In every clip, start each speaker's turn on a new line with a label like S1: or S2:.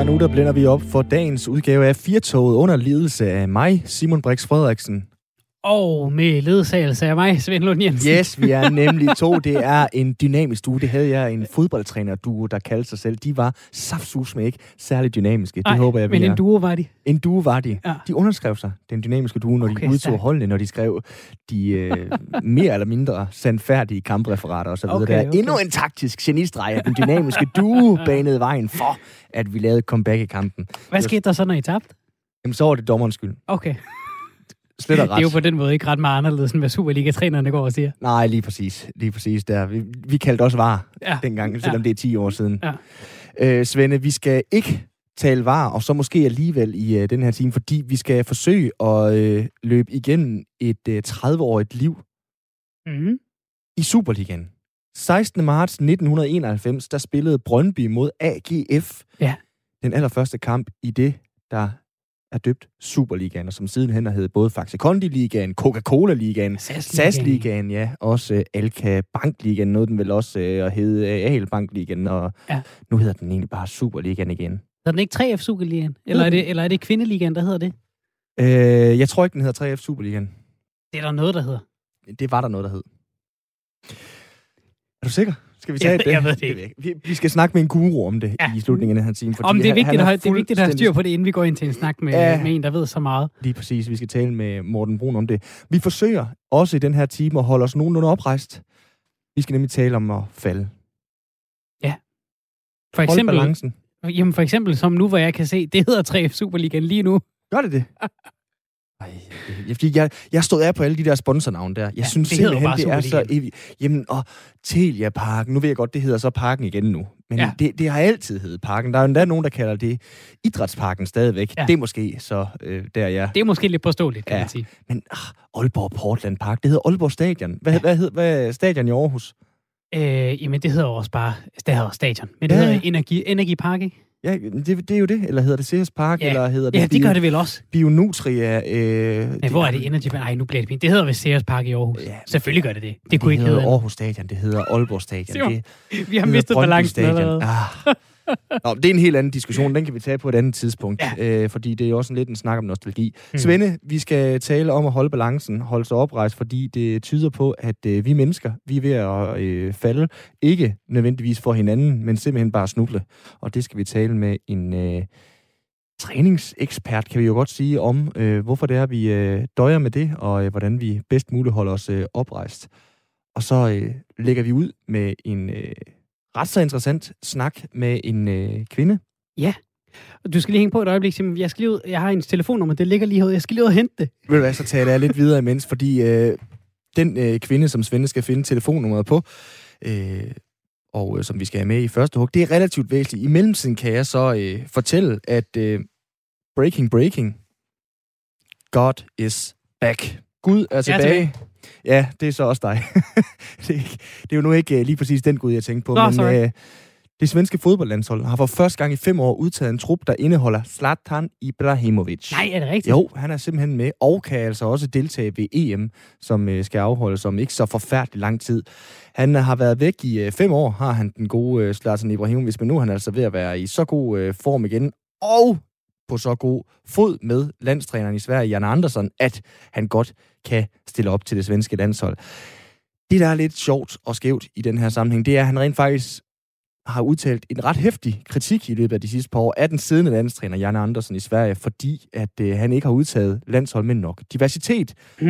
S1: nu der blænder vi op for dagens udgave af Firtoget under ledelse af mig, Simon Brix Frederiksen.
S2: Og med ledsagelse af mig, Svend Lund Jensen.
S1: Yes, vi er nemlig to. Det er en dynamisk duo. Det havde jeg en fodboldtræner-duo, der kaldte sig selv. De var saftsusme ikke særlig dynamiske. Det håber jeg, vi
S2: men en duo var de.
S1: En duo var de.
S2: Ja.
S1: De underskrev sig, den dynamiske duo, når de udtog holdene, når de skrev de mere eller mindre sandfærdige kampreferater osv. Okay. Der er endnu en taktisk genistreg af den dynamiske duo banede vejen for, at vi lavede comeback i kampen.
S2: Hvad skete der så, når I tabte?
S1: Jamen, så var det dommerens skyld.
S2: Okay.
S1: Slet og ret.
S2: Det er jo på den måde ikke ret meget anderledes, end hvad Superliga-trænerne går og siger.
S1: Nej, lige præcis der. Vi kaldte også VAR dengang, selvom det er 10 år siden. Ja. Svende, vi skal ikke tale VAR, og så måske alligevel i den her time, fordi vi skal forsøge at løbe igennem et 30-årigt liv i Superligaen. 16. marts 1991, der spillede Brøndby mod AGF. Ja. Den allerførste kamp i det, der er døbt Superligaen, og som sidenhen har heddet både Faxe Kondi-ligaen, Coca-Cola-ligaen, SAS-ligaen, ja, også Alka Bank-ligaen, noget den vel også hed AL Bank-ligaen, og nu hedder den egentlig bare Superligaen igen.
S2: Hedder den ikke 3F Superligaen? Eller er det Kvindeligaen, der hedder det?
S1: Jeg tror ikke, den hedder 3F Superligaen.
S2: Det er der noget, der hedder.
S1: Det var der noget, der hed. Er du sikker? Skal vi tage det?
S2: Jeg ved det ikke.
S1: Vi skal snakke med en guru om det i slutningen af den her time.
S2: Om det er vigtigt at have styr på det, inden vi går ind til en snak med en, der ved så meget.
S1: Lige præcis. Vi skal tale med Morten Brun om det. Vi forsøger også i den her time at holde os nogenlunde oprejst. Vi skal nemlig tale om at falde.
S2: Ja. For eksempel som nu, hvor jeg kan se, det hedder 3F Superligaen lige nu.
S1: Gør det? Jeg stod af på alle de der sponsornavne der. Jeg synes simpelthen, det er så evigt. Jamen, og Telia Parken, nu ved jeg godt, det hedder så Parken igen nu. Men det har altid heddet Parken. Der er jo endda nogen, der kalder det Idrætsparken stadigvæk. Det er måske så der, ja.
S2: Det er måske lidt påståeligt, kan man sige.
S1: Men Aalborg Portland Park, det hedder Aalborg Stadion. Hvad er stadion i Aarhus?
S2: Jamen, det hedder også bare stadion. Men det hedder Energi Park, ikke?
S1: Ja, det er jo det. Eller hedder det CS Park? Eller hedder det
S2: det gør det vel også.
S1: Bionutria.
S2: Hvor er det Energy Park? Nej, nu bliver det fint. Det hedder vel CS Park i Aarhus. Ja, selvfølgelig gør det det. Det kunne ikke hedde
S1: Aarhus Stadion. Det hedder Aalborg Stadion.
S2: Vi har mistet balancen allerede.
S1: Nå, det er en helt anden diskussion. Den kan vi tage på et andet tidspunkt. Fordi det er jo også lidt en snak om nostalgi. Svende, vi skal tale om at holde balancen, holde sig oprejst, fordi det tyder på, at vi mennesker, vi er ved at falde. Ikke nødvendigvis for hinanden, men simpelthen bare snuble. Og det skal vi tale med en træningsekspert, kan vi jo godt sige, om hvorfor det er, vi døjer med det, og hvordan vi bedst muligt holder os oprejst. Og så lægger vi ud med en ret så interessant snak med en kvinde.
S2: Ja. Du skal lige hænge på et øjeblik, Simon. Jeg har hendes telefonnummer, det ligger lige herude. Jeg skal lige ud og hente det.
S1: Ved du hvad, så tager jeg lidt videre imens, fordi den kvinde, som Svende skal finde telefonnummeret på, og som vi skal have med i første hug, det er relativt væsentligt. I mellemtiden kan jeg så fortælle, at breaking, God is back. Gud er tilbage. Ja, det er så også dig. det er jo nu ikke lige præcis den Gud, jeg tænkte på. Men det svenske fodboldlandshold har for første gang i 5 år udtaget en trup, der indeholder Zlatan Ibrahimovic.
S2: Nej, er det rigtigt?
S1: Jo, han er simpelthen med, og kan altså også deltage ved EM, som skal afholdes om ikke så forfærdelig lang tid. Han har været væk i 5 år, har han den gode Zlatan Ibrahimovic, men nu er han altså ved at være i så god form igen, og på så god fod med landstræneren i Sverige, Jan Andersson, at han godt kan stille op til det svenske landshold. Det, der er lidt sjovt og skævt i den her sammenhæng, det er, at han rent faktisk har udtalt en ret heftig kritik i løbet af de sidste par år af den siddende landstræner, Jan Andersson i Sverige, fordi at han ikke har udtaget landshold med nok diversitet.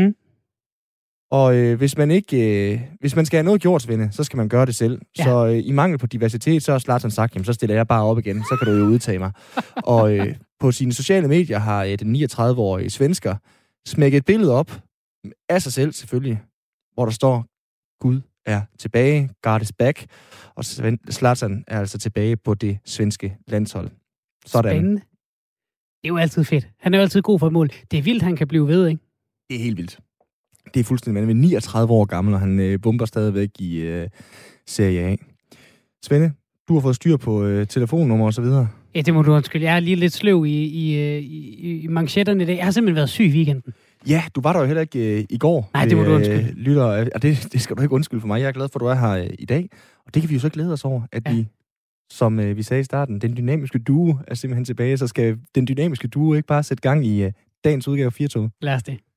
S1: Og hvis man skal have noget gjort, Svende, så skal man gøre det selv. Ja. Så i mangel på diversitet, så har Zlatan sagt, jamen, så stiller jeg bare op igen, så kan du jo udtage mig. Og på sine sociale medier har den 39-årige svensker smækket et billede op af sig selv selvfølgelig, hvor der står, Gud er tilbage, God is back, og Zlatan er altså tilbage på det svenske landshold. Sådan.
S2: Spændende. Det er jo altid fedt. Han er jo altid god for et mål. Det er vildt, han kan blive ved, ikke?
S1: Det er helt vildt. Det er fuldstændig vanvittigt. 39 år gammel, og han bomber stadigvæk i Serie A. Svende, du har fået styr på telefonnummer og så videre. Ja,
S2: det må du undskylde. Jeg er lige lidt sløv i manchetterne i dag. Jeg har simpelthen været syg i weekenden.
S1: Ja, du var der jo heller ikke i går.
S2: Nej, det må du undskylde.
S1: Lytter, det skal du ikke undskylde for mig. Jeg er glad for, at du er her i dag. Og det kan vi jo så glæde os over, at vi som vi sagde i starten, den dynamiske duo er simpelthen tilbage, så skal den dynamiske duo ikke bare sætte gang i dagens udgave af 4-toget?
S2: Lad os det.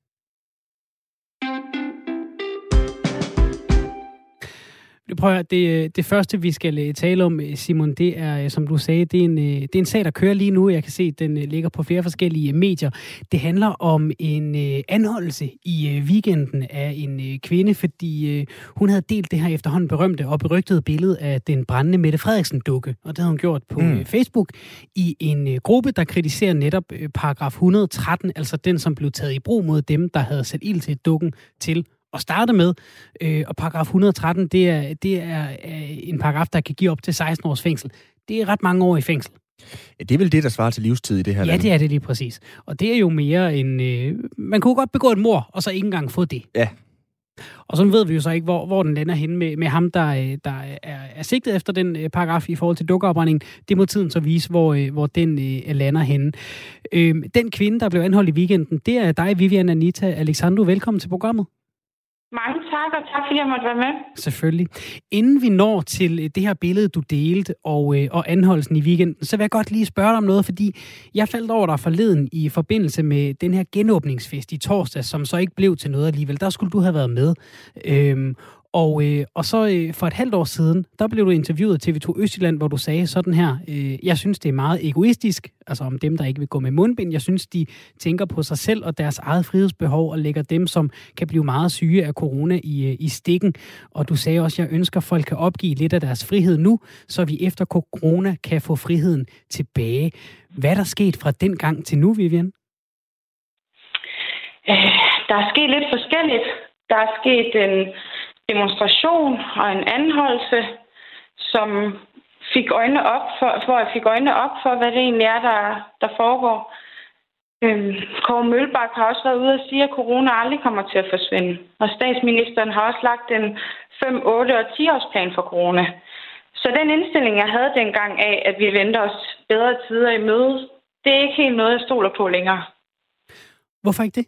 S2: Prøv at det første, vi skal tale om, Simon, det er, som du sagde, det er en sag, der kører lige nu. Jeg kan se, at den ligger på flere forskellige medier. Det handler om en anholdelse i weekenden af en kvinde, fordi hun havde delt det her efterhånden berømte og berygtede billede af den brændende Mette Frederiksen-dukke. Og det havde hun gjort på Facebook i en gruppe, der kritiserer netop paragraf 113, altså den, som blev taget i brug mod dem, der havde sat ild til dukken til at starte med. Og paragraf 113, det er en paragraf, der kan give op til 16 års fængsel. Det er ret mange år i fængsel.
S1: Ja, det er vel det, der svarer til livstid i det her land.
S2: Ja, det er det lige præcis. Og det er jo mere en... man kunne godt begå et mord, og så ikke engang få det.
S1: Ja.
S2: Og så ved vi jo så ikke, hvor den lander henne med ham, der er sigtet efter den paragraf i forhold til dukkeopbrændingen. Det må tiden så vise, hvor den lander henne. Den kvinde, der blev anholdt i weekenden, det er dig, Vivian Anita Alexandru. Velkommen til programmet.
S3: Mange tak, og tak fordi jeg måtte være med.
S2: Selvfølgelig. Inden vi når til det her billede, du delte, og anholdelsen i weekenden, så vil jeg godt lige spørge dig om noget, fordi jeg faldt over dig forleden i forbindelse med den her genåbningsfest i torsdag, som så ikke blev til noget alligevel. Der skulle du have været med. Og så for et halvt år siden, der blev du interviewet af TV2 Østjylland, hvor du sagde sådan her: jeg synes, det er meget egoistisk, altså om dem, der ikke vil gå med mundbind. Jeg synes, de tænker på sig selv og deres eget frihedsbehov og lægger dem, som kan blive meget syge af corona, i stikken. Og du sagde også, at jeg ønsker, at folk kan opgive lidt af deres frihed nu, så vi efter corona kan få friheden tilbage. Hvad er der sket fra den gang til nu, Vivian?
S3: Der er sket lidt forskelligt. Der er sket en demonstration og en anholdelse, som fik øjnene op for, hvad det egentlig er, der foregår. Kåre Mølbak har også været ude og sige, at corona aldrig kommer til at forsvinde. Og statsministeren har også lagt en 5, 8 og 10-årsplan for corona. Så den indstilling, jeg havde dengang af, at vi venter os bedre tider i møde, det er ikke helt noget, jeg stoler på længere.
S2: Hvorfor ikke det?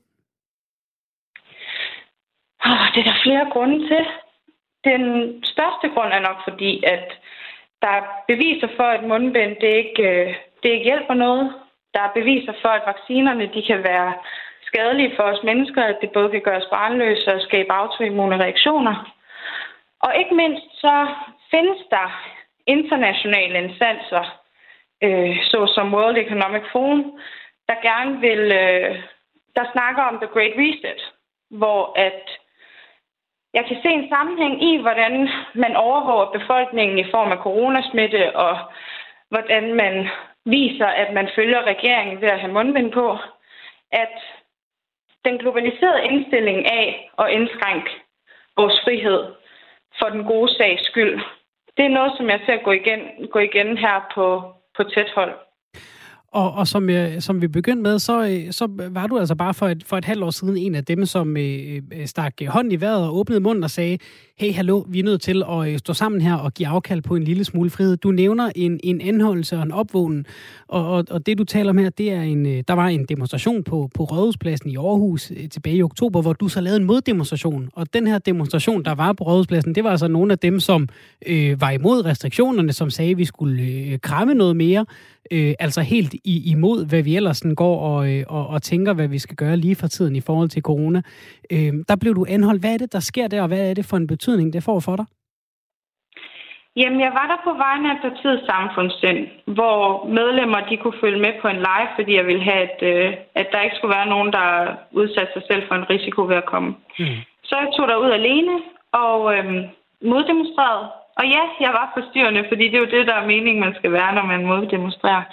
S3: Det er der flere grunde til. Den største grund er nok fordi, at der er beviser for, at mundbind det ikke hjælper noget. Der er beviser for, at vaccinerne de kan være skadelige for os mennesker, at det både kan gøre os barnløse og skabe autoimmune reaktioner. Og ikke mindst så findes der internationale instanser, såsom World Economic Forum, der gerne vil, der snakker om The Great Reset, hvor at jeg kan se en sammenhæng i, hvordan man overvåger befolkningen i form af coronasmitte, og hvordan man viser, at man følger regeringen ved at have mundbind på. At den globaliserede indstilling af at indskrænke vores frihed for den gode sags skyld, det er noget, som jeg ser gå igen her på tæt hold.
S2: Og som vi begyndte med, så var du altså bare for et halvt år siden en af dem, som stak hånden i vejret og åbnede munden og sagde, hey, hallo, vi er nødt til at stå sammen her og give afkald på en lille smule frihed. Du nævner en anholdelse og en opvågning, og det du taler om her, det er der var en demonstration på Rådhuspladsen i Aarhus tilbage i oktober, hvor du så lavede en moddemonstration. Og den her demonstration, der var på Rådhuspladsen, det var altså nogle af dem, som var imod restriktionerne, som sagde, at vi skulle kramme noget mere. Altså helt imod, hvad vi ellers går og tænker, hvad vi skal gøre lige for tiden i forhold til corona. Der blev du anholdt. Hvad er det, der sker der, og hvad er det for en betydning, det får for dig?
S3: Jamen, jeg var der på vegne af partiets Samfundssind, hvor medlemmer de kunne følge med på en live, fordi jeg ville have, at der ikke skulle være nogen, der udsatte sig selv for en risiko ved at komme. Så jeg tog derud alene og moddemonstrerede. Og ja, jeg var forstyrrende, fordi det er jo det, der er meningen, man skal være, når man moddemonstrerer.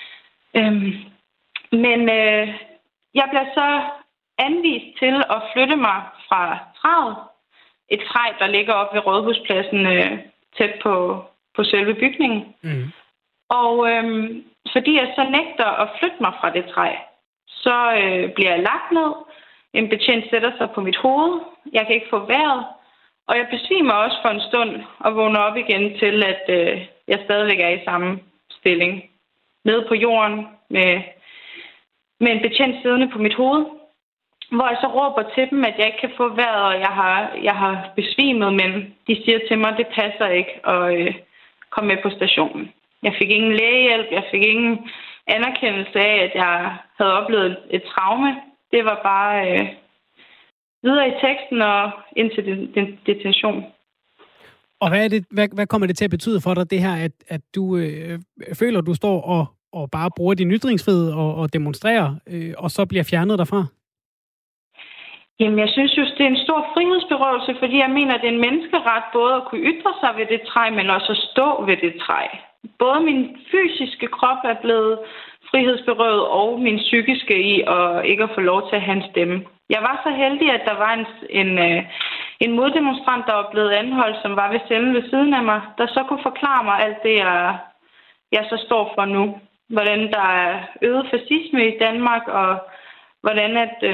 S3: Men jeg blev så anvist til at flytte mig fra træet. Et træ, der ligger op ved Rådhuspladsen tæt på selve bygningen. Og fordi jeg så nægter at flytte mig fra det træ, så bliver jeg lagt ned. En betjent sætter sig på mit hoved. Jeg kan ikke få vejret. Og jeg besvimer også for en stund og vågner op igen til, at jeg stadigvæk er i samme stilling. Nede på jorden med en betjent siddende på mit hoved. Hvor jeg så råber til dem, at jeg ikke kan få vejret, og jeg har besvimet, men de siger til mig, at det passer ikke at komme med på stationen. Jeg fik ingen lægehjælp, jeg fik ingen anerkendelse af, at jeg havde oplevet et traume. Det var bare videre i teksten og ind til detention.
S2: Og hvad kommer det til at betyde for dig, det her, at du føler, at du står og bare bruger din ytringsfrihed og demonstrerer, og så bliver fjernet derfra?
S3: Jamen, jeg synes jo, det er en stor frihedsberøvelse, fordi jeg mener, at det er en menneskeret både at kunne ytre sig ved det træ, men også at stå ved det træ. Både min fysiske krop er blevet frihedsberøvet, og min psykiske i at ikke at få lov til at have en stemme. Jeg var så heldig, at der var en moddemonstrant, der var blevet anholdt, som var ved cellen ved siden af mig, der så kunne forklare mig alt det, jeg så står for nu. Hvordan der er øget fascisme i Danmark, og hvordan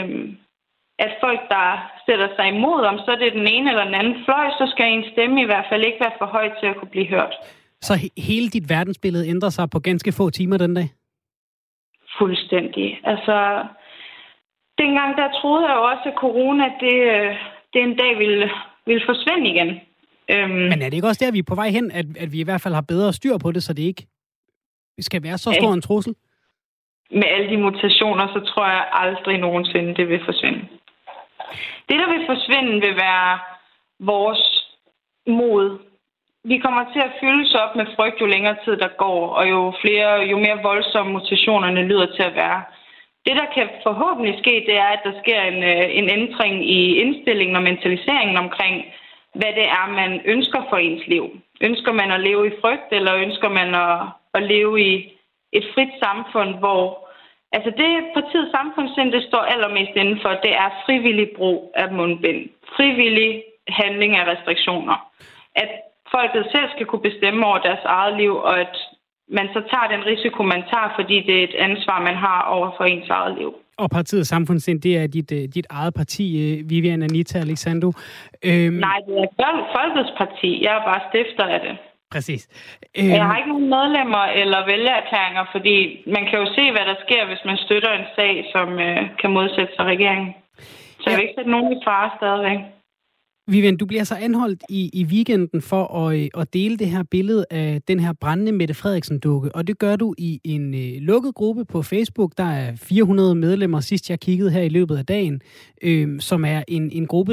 S3: at folk, der sætter sig imod, om så er det den ene eller den anden fløj, så skal en stemme i hvert fald ikke være for høj til at kunne blive hørt.
S2: Så hele dit verdensbillede ændrer sig på ganske få timer den dag?
S3: Fuldstændig. Altså, dengang der troede jeg jo også, at corona, det en dag ville forsvinde igen.
S2: Men er det ikke også der, vi er på vej hen, at vi i hvert fald har bedre styr på det, så det ikke skal være så stor en trussel?
S3: Med alle de mutationer, så tror jeg aldrig nogensinde, det vil forsvinde. Det, der vil forsvinde, vil være vores mod. Vi kommer til at fyldes op med frygt, jo længere tid der går, og jo mere voldsomme mutationerne lyder til at være. Det, der kan forhåbentlig ske, det er, at der sker en ændring i indstillingen og mentaliseringen omkring, hvad det er, man ønsker for ens liv. Ønsker man at leve i frygt, eller ønsker man at leve i et frit samfund, hvor altså det partiets samfundssind, det står allermest indenfor, det er frivillig brug af mundbind. Frivillig handling af restriktioner. At folket selv skal kunne bestemme over deres eget liv, og at man så tager den risiko, man tager, fordi det er et ansvar, man har over for ens eget liv. Og
S2: partiet Samfundssind, det er dit eget parti, Vivian Anita Alexandru.
S3: Nej, det er Folkets parti. Jeg er bare stifter af det.
S2: Præcis.
S3: Jeg har ikke nogen medlemmer eller vælgererklæringer, fordi man kan jo se, hvad der sker, hvis man støtter en sag, som kan modsætte sig regeringen. Så jeg vil ikke sætte nogen i fare stadigvæk.
S2: Vivian, du bliver så anholdt i weekenden for at dele det her billede af den her brændende Mette Frederiksen-dukke, og det gør du i en lukket gruppe på Facebook. Der er 400 medlemmer, sidst jeg kiggede her i løbet af dagen, som er en gruppe,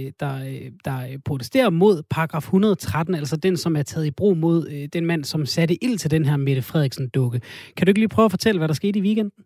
S2: der protesterer mod paragraf 113, altså den, som er taget i brug mod den mand, som satte ild til den her Mette Frederiksen-dukke. Kan du ikke lige prøve at fortælle, hvad der skete i weekenden?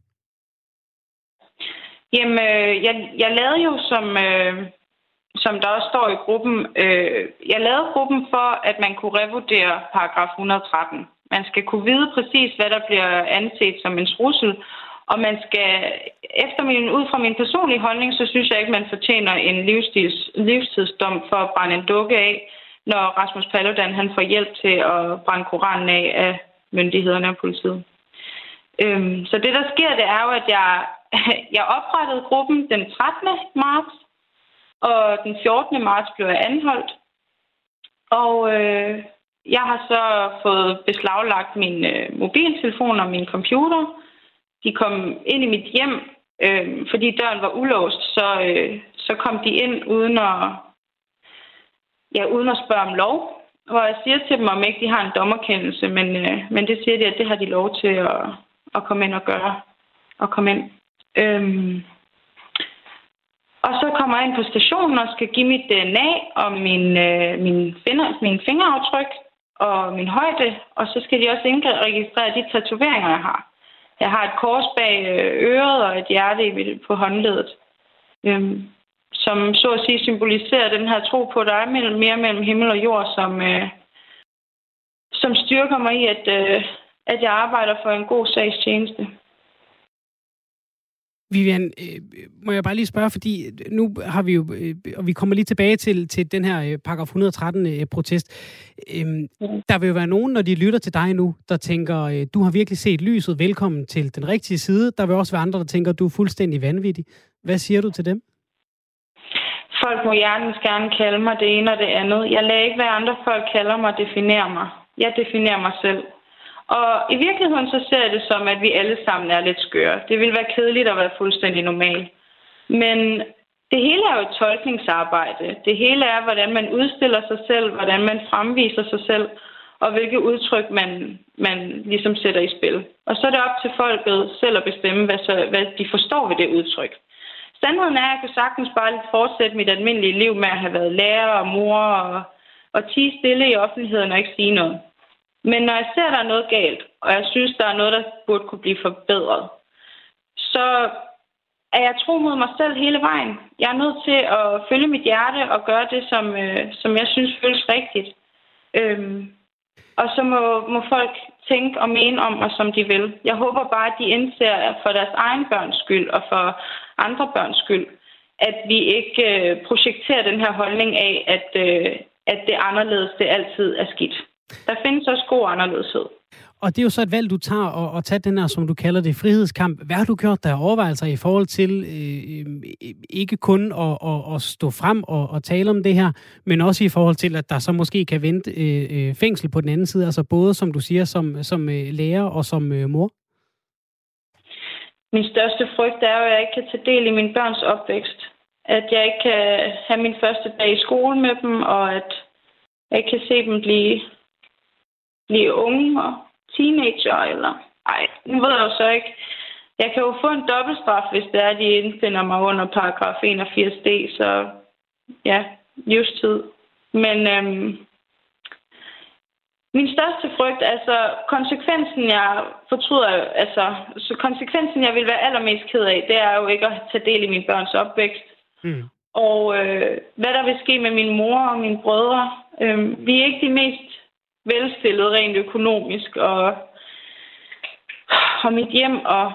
S3: Jamen, jeg lavede jo som der også står i gruppen, jeg lavede gruppen for, at man kunne revurdere paragraf 113. Man skal kunne vide præcis, hvad der bliver anset som en trussel, og man skal, ud fra min personlige holdning, så synes jeg ikke, man fortjener en livstidsdom for at brænde en dukke af, når Rasmus Paludan han får hjælp til at brænde Koranen af myndighederne og politiet. Så det, der sker, det er jo, at jeg oprettede gruppen den 13. marts, og den 14. marts blev jeg anholdt. Og jeg har så fået beslaglagt min mobiltelefon og min computer. De kom ind i mit hjem, fordi døren var ulåst, så kom de ind uden at spørge om lov. Og jeg siger til dem, om ikke de har en dommerkendelse, men det siger de, at det har de lov til at komme ind og gøre. Og komme ind. Og så kommer jeg ind på stationen og skal give mit DNA og min fingeraftryk og min højde. Og så skal de også registrere de tatoveringer, jeg har. Jeg har et kors bag øret og et hjerte på håndledet, som så at sige symboliserer den her tro på, at der er mere mellem himmel og jord, som styrker mig i, at jeg arbejder for en god sags tjeneste.
S2: Vivian, må jeg bare lige spørge, fordi nu har vi jo, og vi kommer lige tilbage til den her paragraf 113-protest. Der vil jo være nogen, når de lytter til dig nu, der tænker, du har virkelig set lyset, velkommen til den rigtige side. Der vil også være andre, der tænker, du er fuldstændig vanvittig. Hvad siger du til dem?
S3: Folk må hjertens gerne kalde mig det ene og det andet. Jeg lader ikke, hvad andre folk kalder mig, definere mig. Jeg definerer mig selv. Og i virkeligheden så ser jeg det som, at vi alle sammen er lidt skøre. Det vil være kedeligt at være fuldstændig normal. Men det hele er jo et tolkningsarbejde. Det hele er, hvordan man udstiller sig selv, hvordan man fremviser sig selv. og hvilke udtryk man ligesom sætter i spil. Og så er det op til folket selv at bestemme, hvad de forstår ved det udtryk. Sandheden er, at jeg kan sagtens bare fortsætte mit almindelige liv med at have været lærer og mor og tie stille i offentligheden og ikke sige noget. Men når jeg ser, at der er noget galt, og jeg synes, der er noget, der burde kunne blive forbedret, så er jeg tro mod mig selv hele vejen. Jeg er nødt til at følge mit hjerte og gøre det, som jeg synes føles rigtigt. Og så må folk tænke og mene om mig, som de vil. Jeg håber bare, at de indser for deres egen børns skyld og for andre børns skyld, at vi ikke projekterer den her holdning af, at det anderledes, det altid er skidt. Der findes også god anderledeshed.
S2: Og det er jo så et valg, du tager at tage den her, som du kalder det, frihedskamp. Hvad har du gjort der overvejelser i forhold til ikke kun at stå frem og tale om det her, men også i forhold til, at der så måske kan vente fængsel på den anden side, altså både, som du siger, som lærer og som mor?
S3: Min største frygt er jo, at jeg ikke kan tage del i mine børns opvækst. At jeg ikke kan have min første dag i skole med dem, og at jeg ikke kan se dem blive unge og teenager, eller... Ej, nu ved jeg jo så ikke. Jeg kan jo få en dobbeltstraf, hvis det er, at de indfinder mig under paragraf 81D, så ja, livstid. Men min største frygt, altså konsekvensen, jeg vil være allermest ked af, det er jo ikke at tage del i mine børns opvækst. Mm. Og hvad der vil ske med min mor og mine brødre. Vi er ikke de mest velstillede rent økonomisk, og mit hjem,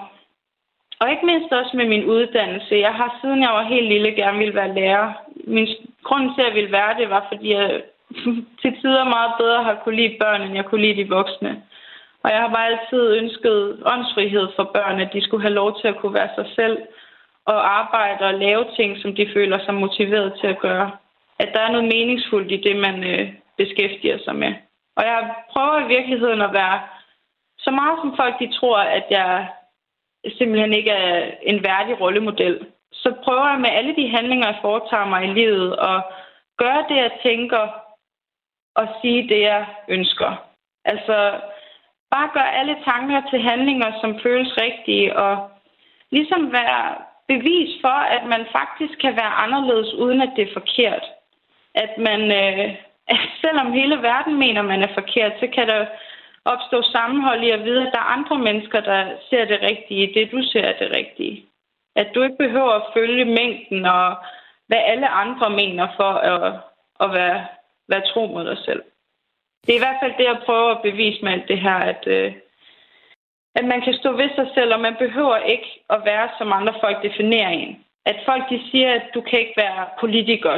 S3: og ikke mindst også med min uddannelse. Jeg har, siden jeg var helt lille, gerne ville være lærer. Min grund til, at jeg ville være det, var, fordi jeg til tider meget bedre har kunne lide børn, end jeg kunne lide de voksne. Og jeg har bare altid ønsket åndsfrihed for børn, at de skulle have lov til at kunne være sig selv, og arbejde og lave ting, som de føler sig motiveret til at gøre. At der er noget meningsfuldt i det, man beskæftiger sig med. Og jeg prøver i virkeligheden at være så meget som folk, de tror, at jeg simpelthen ikke er en værdig rollemodel. Så prøver jeg med alle de handlinger, jeg foretager mig i livet, at gøre det, jeg tænker, og sige det, jeg ønsker. Altså bare gøre alle tanker til handlinger, som føles rigtige, og ligesom være bevis for, at man faktisk kan være anderledes, uden at det er forkert. At man, selvom hele verden mener, man er forkert, så kan der opstå sammenhold i at vide, at der er andre mennesker, der ser det rigtige, det du ser er det rigtige. At du ikke behøver at følge mængden og hvad alle andre mener for at være tro mod dig selv. Det er i hvert fald det, jeg prøver at bevise med alt det her, at man kan stå ved sig selv, og man behøver ikke at være, som andre folk definerer en. At folk de siger, at du kan ikke være politiker,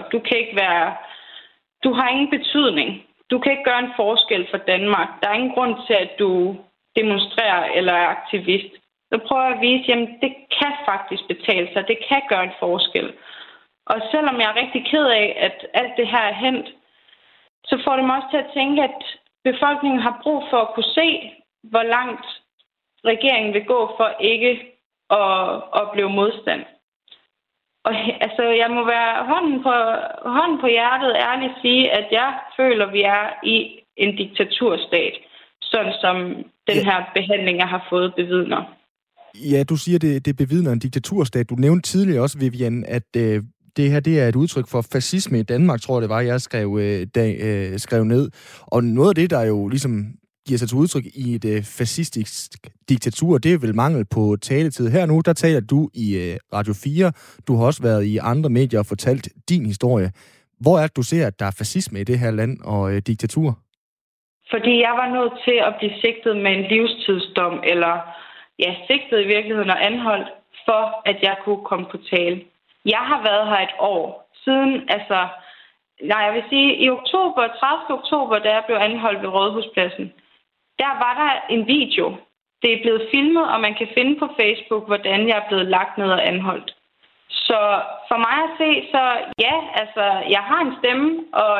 S3: du har ingen betydning. Du kan ikke gøre en forskel for Danmark. Der er ingen grund til, at du demonstrerer eller er aktivist. Så prøver jeg at vise, at det kan faktisk betale sig. Det kan gøre en forskel. Og selvom jeg er rigtig ked af, at alt det her er hændt, så får det mig også til at tænke, at befolkningen har brug for at kunne se, hvor langt regeringen vil gå for ikke at blive modstand. Og altså, jeg må være hånden på hjertet ærligt sige, at jeg føler, at vi er i en diktaturstat, sådan som den her behandling, jeg har fået, bevidner.
S1: Ja, du siger, det bevidner en diktaturstat. Du nævnte tidligere også, Vivian, at det her det er et udtryk for fascisme i Danmark, tror jeg det var, jeg skrev ned. Og noget af det, der jo ligesom giver sig til udtryk i et fascistisk diktatur, det er vel mangel på taletid. Her nu, der taler du i Radio 4. Du har også været i andre medier og fortalt din historie. Hvor er det, du ser, at der er fascisme i det her land og diktatur?
S3: Fordi jeg var nødt til at blive sigtet med en livstidsdom, eller sigtet i virkeligheden og anholdt, for at jeg kunne komme på tale. Jeg har været her et år siden, jeg vil sige, i oktober, 30. oktober, da jeg blev anholdt ved Rådhuspladsen, der var der en video. Det er blevet filmet, og man kan finde på Facebook, hvordan jeg er blevet lagt ned og anholdt. Så for mig at se, så jeg har en stemme,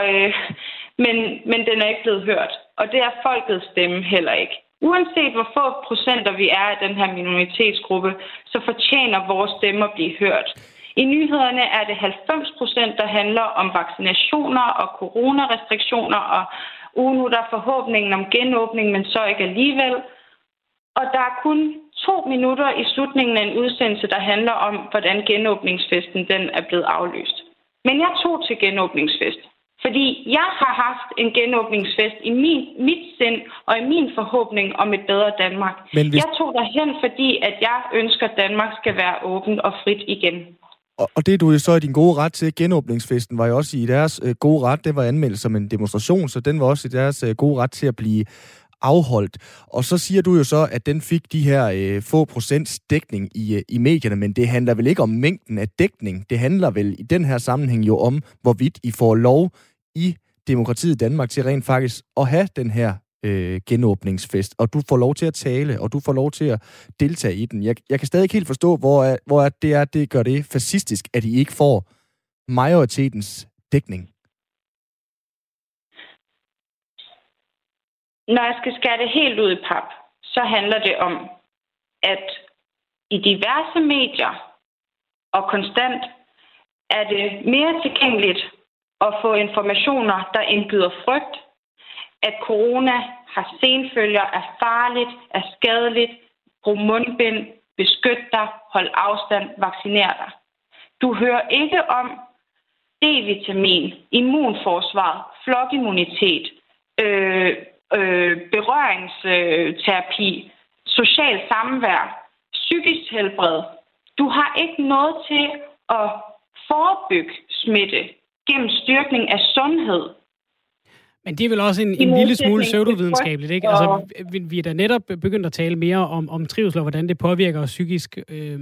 S3: men den er ikke blevet hørt. Og det er folkets stemme heller ikke. Uanset hvor få procenter vi er af den her minoritetsgruppe, så fortjener vores stemme at blive hørt. I nyhederne er det 90%, der handler om vaccinationer og coronarestriktioner og Nu er der forhåbningen om genåbning, men så ikke alligevel. Og der er kun 2 minutter i slutningen af en udsendelse, der handler om, hvordan genåbningsfesten den er blevet aflyst. Men jeg tog til genåbningsfest, fordi jeg har haft en genåbningsfest i mit sind og i min forhåbning om et bedre Danmark. Jeg tog derhen, fordi at jeg ønsker, at Danmark skal være åbent og frit igen.
S1: Og det du jo så i din gode ret til, genåbningsfesten var jo også i deres gode ret. Det var anmeldt som en demonstration, så den var også i deres gode ret til at blive afholdt. Og så siger du jo så, at den fik de her få procents dækning i medierne, men det handler vel ikke om mængden af dækning. Det handler vel i den her sammenhæng jo om, hvorvidt I får lov i demokratiet i Danmark til rent faktisk at have den her genåbningsfest, og du får lov til at tale, og du får lov til at deltage i den. Jeg kan stadig ikke helt forstå, hvor det gør det fascistisk, at I ikke får majoritetens dækning.
S3: Når jeg skal skære det helt ud i pap, så handler det om, at i diverse medier og konstant er det mere tilgængeligt at få informationer, der indgyder frygt, at corona har senfølger, er farligt, er skadeligt, brug mundbind, beskyt dig, hold afstand, vacciner dig. Du hører ikke om D-vitamin, immunforsvar, flokimmunitet, berøringsterapi, social samvær, psykisk helbred. Du har ikke noget til at forebygge smitte gennem styrkning af sundhed.
S2: Men det er vel også en lille smule pseudovidenskabeligt, ikke? Altså, vi er da netop begyndt at tale mere om trivsel og hvordan det påvirker os psykisk.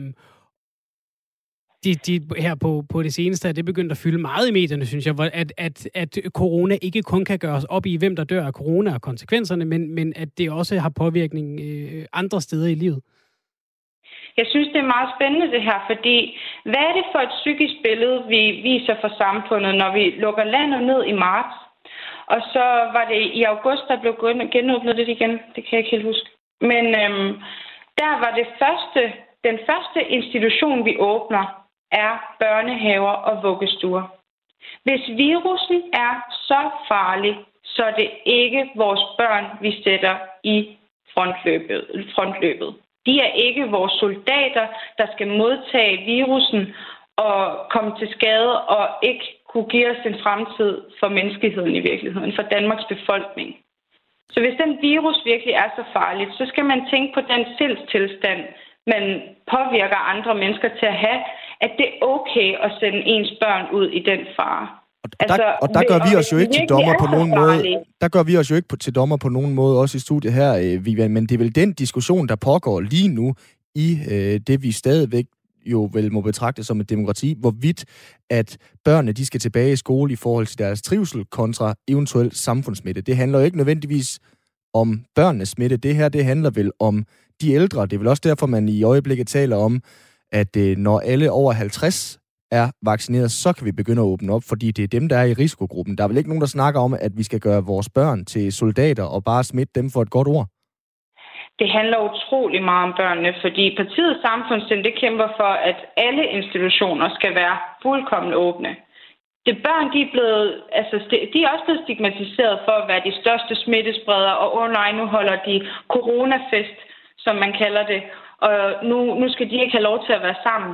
S2: Her på det seneste, det begyndt at fylde meget i medierne, synes jeg, at corona ikke kun kan gøres op i, hvem der dør af corona og konsekvenserne, men at det også har påvirkning andre steder i livet.
S3: Jeg synes, det er meget spændende det her, fordi hvad er det for et psykisk billede, vi viser for samfundet, når vi lukker landet ned i marts? Og så var det i august, der blev genåbnet lidt igen. Det kan jeg ikke helt huske. Men der var den første institution, vi åbner, er børnehaver og vuggestuer. Hvis virussen er så farlig, så er det ikke vores børn, vi sætter i frontløbet. De er ikke vores soldater, der skal modtage virusen og komme til skade og ikke kunne give os en fremtid for menneskeheden i virkeligheden, for Danmarks befolkning. Så hvis den virus virkelig er så farligt, så skal man tænke på den sindstilstand, man påvirker andre mennesker til at have, at det er okay at sende ens børn ud i den fare.
S1: Og der gør vi os jo ikke til dommer på nogen måde. Der gør vi os jo ikke til dommer på nogen måde, også i studiet her, Vivian, men det er vel den diskussion, der pågår lige nu i det, vi stadigvæk jo vel må betragte som et demokrati, hvorvidt at børnene, de skal tilbage i skole i forhold til deres trivsel kontra eventuel samfundssmitte. Det handler jo ikke nødvendigvis om børnenes smitte. Det her, det handler vel om de ældre. Det er vel også derfor, man i øjeblikket taler om, at når alle over 50 er vaccineret, så kan vi begynde at åbne op, fordi det er dem, der er i risikogruppen. Der er vel ikke nogen, der snakker om, at vi skal gøre vores børn til soldater og bare smitte dem for et godt ord?
S3: Det handler utrolig meget om børnene, fordi partiet Samfundssind, det kæmper for, at alle institutioner skal være fuldkommen åbne. Det børn, de er også blevet stigmatiseret for at være de største smittespredere, og nej, nu holder de coronafest, som man kalder det, og nu skal de ikke have lov til at være sammen.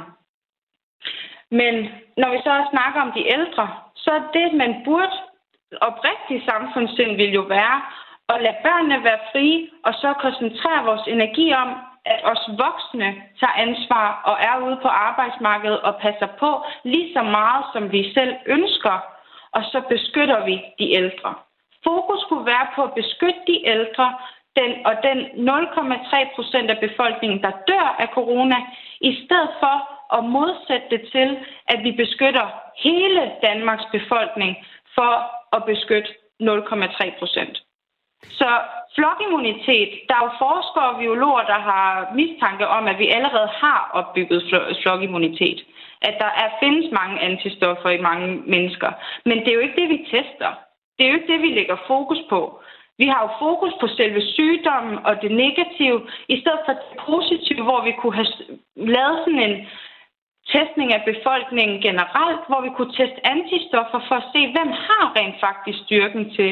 S3: Men når vi så snakker om de ældre, så er det, man burde oprigtig samfundssind vil jo være at lade børnene være frie, og så koncentrere vores energi om, at os voksne tager ansvar og er ude på arbejdsmarkedet og passer på lige så meget, som vi selv ønsker, og så beskytter vi de ældre. Fokus kunne være på at beskytte de ældre, den 0,3% af befolkningen, der dør af corona, i stedet for at modsætte det til, at vi beskytter hele Danmarks befolkning for at beskytte 0,3%. Så flokimmunitet, der er jo forskere og biologer, der har mistanke om, at vi allerede har opbygget flokimmunitet. At der findes mange antistoffer i mange mennesker. Men det er jo ikke det, vi tester. Det er jo ikke det, vi lægger fokus på. Vi har jo fokus på selve sygdommen og det negative, i stedet for det positive, hvor vi kunne have lavet sådan en testning af befolkningen generelt, hvor vi kunne teste antistoffer for at se, hvem har rent faktisk styrken til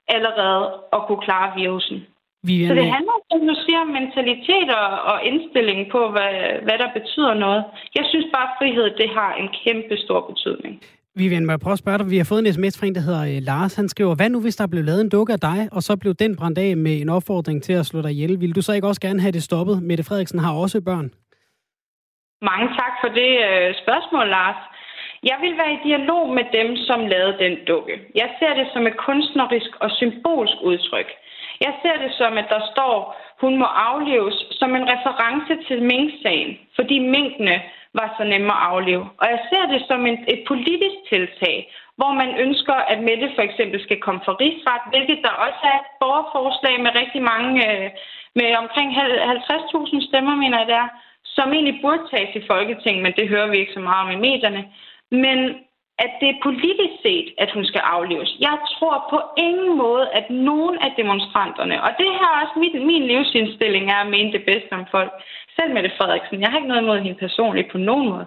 S3: allerede at kunne klare virusen. Så det handler, som du siger, om mentalitet og indstilling på, hvad der betyder noget. Jeg synes bare, at frihed, det har en kæmpe stor betydning.
S2: Vivian, må jeg prøve at spørge dig? Vi har fået en sms fra en, der hedder Lars. Han skriver, hvad nu, hvis der blev lavet en dukke af dig, og så blev den brændt af med en opfordring til at slå dig ihjel? Vil du så ikke også gerne have det stoppet? Mette Frederiksen har også børn.
S3: Mange tak for det spørgsmål, Lars. Jeg vil være i dialog med dem, som lavede den dukke. Jeg ser det som et kunstnerisk og symbolsk udtryk. Jeg ser det som, at der står, hun må aflives som en reference til minksagen, fordi minkene var så nemme at aflive. Og jeg ser det som et politisk tiltag, hvor man ønsker, at Mette for eksempel skal komme for rigsret, hvilket der også er et borgerforslag med rigtig mange, med omkring 50.000 stemmer, mener jeg der, som egentlig burde tages i Folketinget, men det hører vi ikke så meget om i medierne. Men at det er politisk set, at hun skal aflives. Jeg tror på ingen måde, at nogen af demonstranterne, og det her er også min livsindstilling, er at mene det bedste om folk. Selv Mette Frederiksen. Jeg har ikke noget imod hende personligt på nogen måde.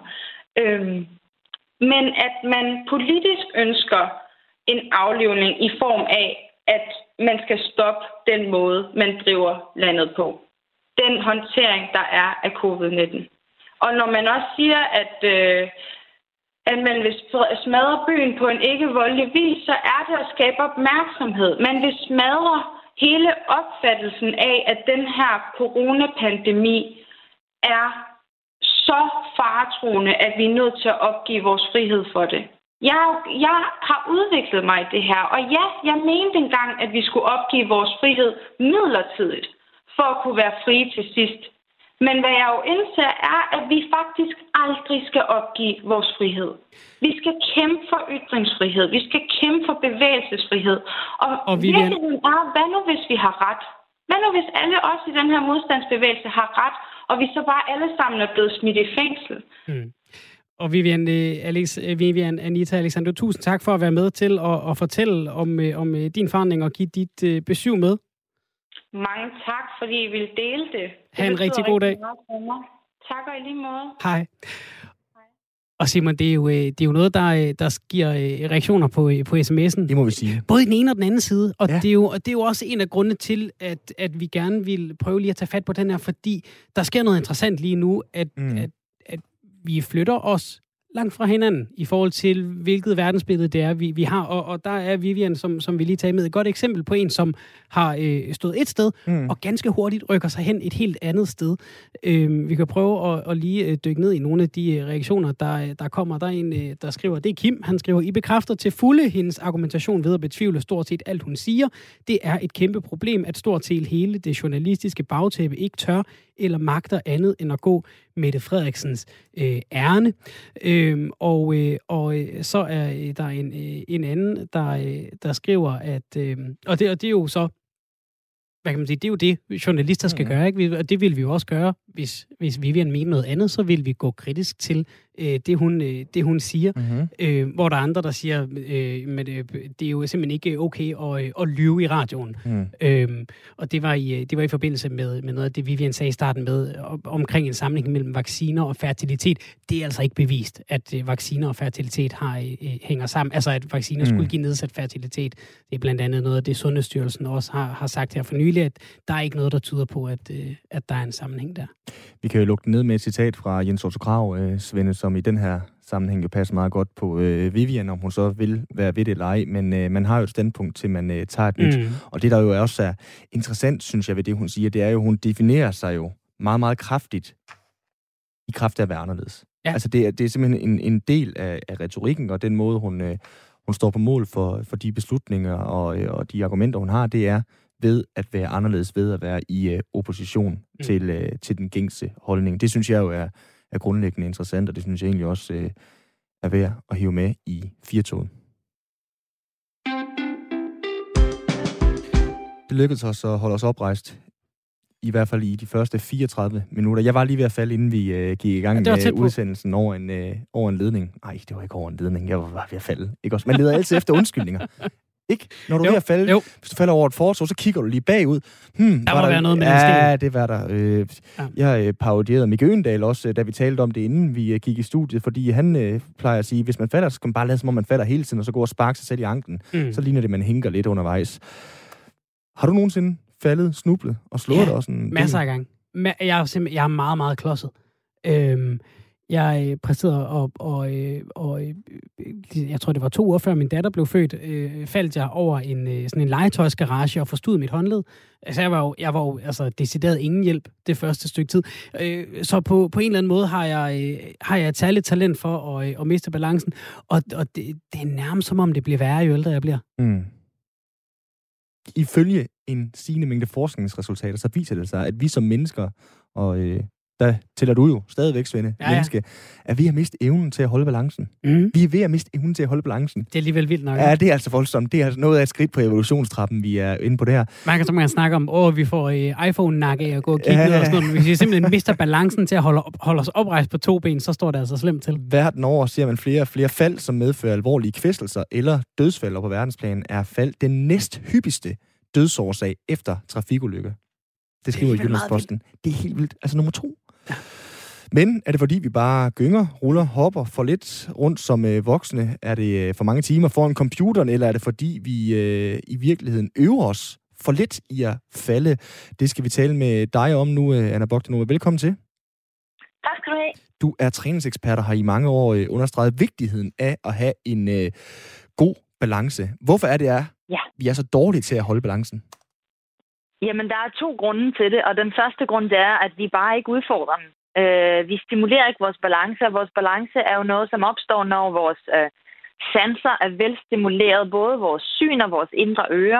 S3: Men at man politisk ønsker en aflivning i form af, at man skal stoppe den måde, man driver landet på. Den håndtering, der er af covid-19. Og når man også siger, at man vil smadre byen på en ikke-voldelig vis, så er det at skabe opmærksomhed. Man vil smadre hele opfattelsen af, at den her coronapandemi er så faretruende, at vi er nødt til at opgive vores frihed for det. Jeg har udviklet mig i det her, og ja, jeg mente engang, at vi skulle opgive vores frihed midlertidigt, for at kunne være frie til sidst. Men hvad jeg jo indser er, at vi faktisk aldrig skal opgive vores frihed. Vi skal kæmpe for ytringsfrihed. Vi skal kæmpe for bevægelsesfrihed. Og virkeligheden er, hvad nu hvis vi har ret? Hvad nu hvis alle os i den her modstandsbevægelse har ret, og vi så bare alle sammen er blevet smidt i fængsel?
S2: Og Vivian Anita Alexander, tusind tak for at være med til at fortælle om din forandring og give dit besøg med.
S3: Mange tak, fordi I ville dele det.
S2: Ha' en rigtig god dag.
S3: Tak og i lige måde.
S2: Hej. Og Simon, det er jo noget, der giver reaktioner på sms'en.
S1: Det må vi sige.
S2: Både i den ene og den anden side. Og, ja. det er jo også en af grundene til, at vi gerne vil prøve lige at tage fat på den her, fordi der sker noget interessant lige nu, at vi flytter os langt fra hinanden i forhold til, hvilket verdensbillede det er, vi har. Og der er Vivian, som vi lige tager med, et godt eksempel på en, som har stået et sted, og ganske hurtigt rykker sig hen et helt andet sted. Vi kan prøve at lige dykke ned i nogle af de reaktioner, der kommer. Der er en, der skriver, det er Kim, han skriver, I bekræfter til fulde hendes argumentation ved at betvivle stort set alt, hun siger. Det er et kæmpe problem, at stort set hele det journalistiske bagtæppe ikke tør eller magter andet end at gå Mette Frederiksens ærne. Og så er der en anden, der skriver, at og det er jo så, hvad kan man sige, det er jo det, journalister skal gøre, ikke? Og det vil vi jo også gøre, hvis Vivian mener noget andet, så vil vi gå kritisk til det hun siger. Hvor der er andre, der siger, men det er jo simpelthen ikke okay at lyve i radioen. Og det var i forbindelse med noget af det, Vivian sagde i starten med, omkring en sammenhæng mellem vacciner og fertilitet. Det er altså ikke bevist, at vacciner og fertilitet hænger sammen. Altså, at vacciner skulle give nedsat fertilitet. Det er blandt andet noget af det, Sundhedsstyrelsen også har sagt her for nylig, at der er ikke noget, der tyder på, at der er en sammenhæng der.
S1: Vi kan jo lukke ned med et citat fra Jens Otto Krag, Svende, som i den her sammenhæng jo passer meget godt på Vivian, om hun så vil være ved det eller ej, men man har jo et standpunkt til, man tager et nyt. Og det, der jo også er interessant, synes jeg, ved det, hun siger, det er jo, hun definerer sig jo meget, meget kraftigt i kraft af at være anderledes. Ja. Altså, det er simpelthen en del af retorikken, og den måde, hun står på mål for de beslutninger og de argumenter, hun har, det er ved at være anderledes, ved at være i opposition til den gængse holdning. Det synes jeg jo er grundlæggende interessant, og det synes jeg egentlig også er værd at hive med i 4-toget. Det lykkedes os at holde os oprejst, i hvert fald i de første 34 minutter. Jeg var lige ved at falde, inden vi gik i gang med udsendelsen over en ledning. Nej, det var ikke over en ledning. Jeg var bare ved at falde. Ikke også? Man leder altid efter undskyldninger. Ikke? Når du er ved at falde, hvis du falder over et fortov, så kigger du lige bagud.
S2: Der må være noget med den sten.
S1: Ja, det var der. Jeg parodierede Mikke Øgendahl også, da vi talte om det, inden vi gik i studiet, fordi han plejer at sige, hvis man falder, så skal man bare lade som om man falder hele tiden, og så gå og sparke sig selv i anklen. Så ligner det, man hinker lidt undervejs. Har du nogensinde faldet, snublet og slået dig også?
S2: Masser af gange. Jeg er meget, meget klodset. Jeg præsterede og jeg tror, det var 2 uger før min datter blev født, faldt jeg over sådan en legetøjsgarage og forstod mit håndled. Altså, jeg var jo altså, decideret ingen hjælp det første stykke tid. Så på en eller anden måde har jeg et særligt talent for at miste balancen, og det er nærmest som om, det bliver værre, jo ældre jeg bliver.
S1: Ifølge en stigende mængde forskningsresultater, så viser det sig, at vi som mennesker, og der tæller du jo stadigvæk, Svende, menneske, at vi har mistet evnen til at holde balancen. Vi er ved at miste evnen til at holde balancen.
S2: Det er alligevel vildt nok.
S1: Ja, det er altså voldsomt. Det er altså noget af et skridt på evolutionstrappen, vi er inde på det her.
S2: Man kan snakke om, vi får iPhone-nakke af at gå og kigge ned og sådan noget. Hvis vi simpelthen mister balancen til at holde os oprejst på 2 ben, så står det altså slemt til.
S1: Verden over ser man flere og flere fald, som medfører alvorlige kvæstelser eller dødsfald, og på verdensplan er fald den næsthyppigste dødsårsag efter trafikulykker. Det skriver Jyllandsposten. Det er helt vildt. Altså nummer 2. Ja. Men er det fordi, vi bare gynger, ruller, hopper for lidt rundt som voksne? Er det for mange timer foran computeren, eller er det fordi, vi i virkeligheden øver os for lidt i at falde? Det skal vi tale med dig om nu, Anna Bogdanova. Velkommen til.
S4: Tak skal du have.
S1: Du er træningsekspert og har i mange år understreget vigtigheden af at have en god balance. Hvorfor er det, vi er så dårlige til at holde balancen?
S4: Jamen, der er 2 grunde til det, og den første grund det er, at vi bare ikke udfordrer den. Vi stimulerer ikke vores balance, og vores balance er jo noget, som opstår, når vores sanser er velstimuleret, både vores syn og vores indre ører.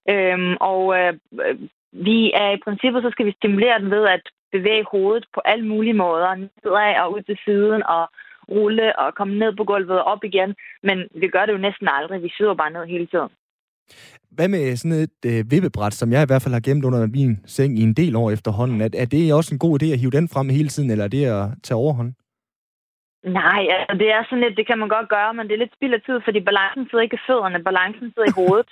S4: Vi er i princippet, så skal vi stimulere den ved at bevæge hovedet på alle mulige måder, nedad og ud til siden, og rulle og komme ned på gulvet og op igen. Men vi gør det jo næsten aldrig. Vi sidder bare ned hele tiden.
S1: Hvad med sådan et vippebræt, som jeg i hvert fald har gemt under min seng i en del år efterhånden? Er det også en god idé at hive den frem hele tiden, eller er det at tage overhånd?
S4: Nej, altså det er sådan lidt, det kan man godt gøre, men det er lidt spild af tid, fordi balancen sidder ikke i fødderne, balancen sidder i hovedet.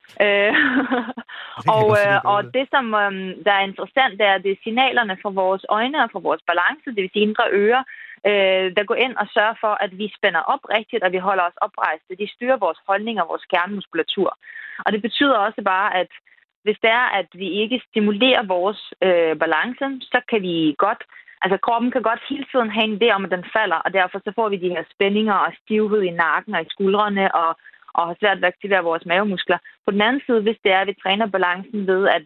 S4: Og det, som der er interessant, det er, at det er signalerne fra vores øjne og fra vores balance, det vil sige indre ører, der går ind og sørger for, at vi spænder op rigtigt, og vi holder os oprejste. De styrer vores holdning og vores kernemuskulatur. Og det betyder også bare, at hvis det er, at vi ikke stimulerer vores balance, så kan vi godt, altså kroppen kan godt hele tiden have en idé om, at den falder, og derfor så får vi de her spændinger og stivhed i nakken og i skuldrene, og har svært ved at aktivere vores mavemuskler. På den anden side, hvis det er, at vi træner balancen ved at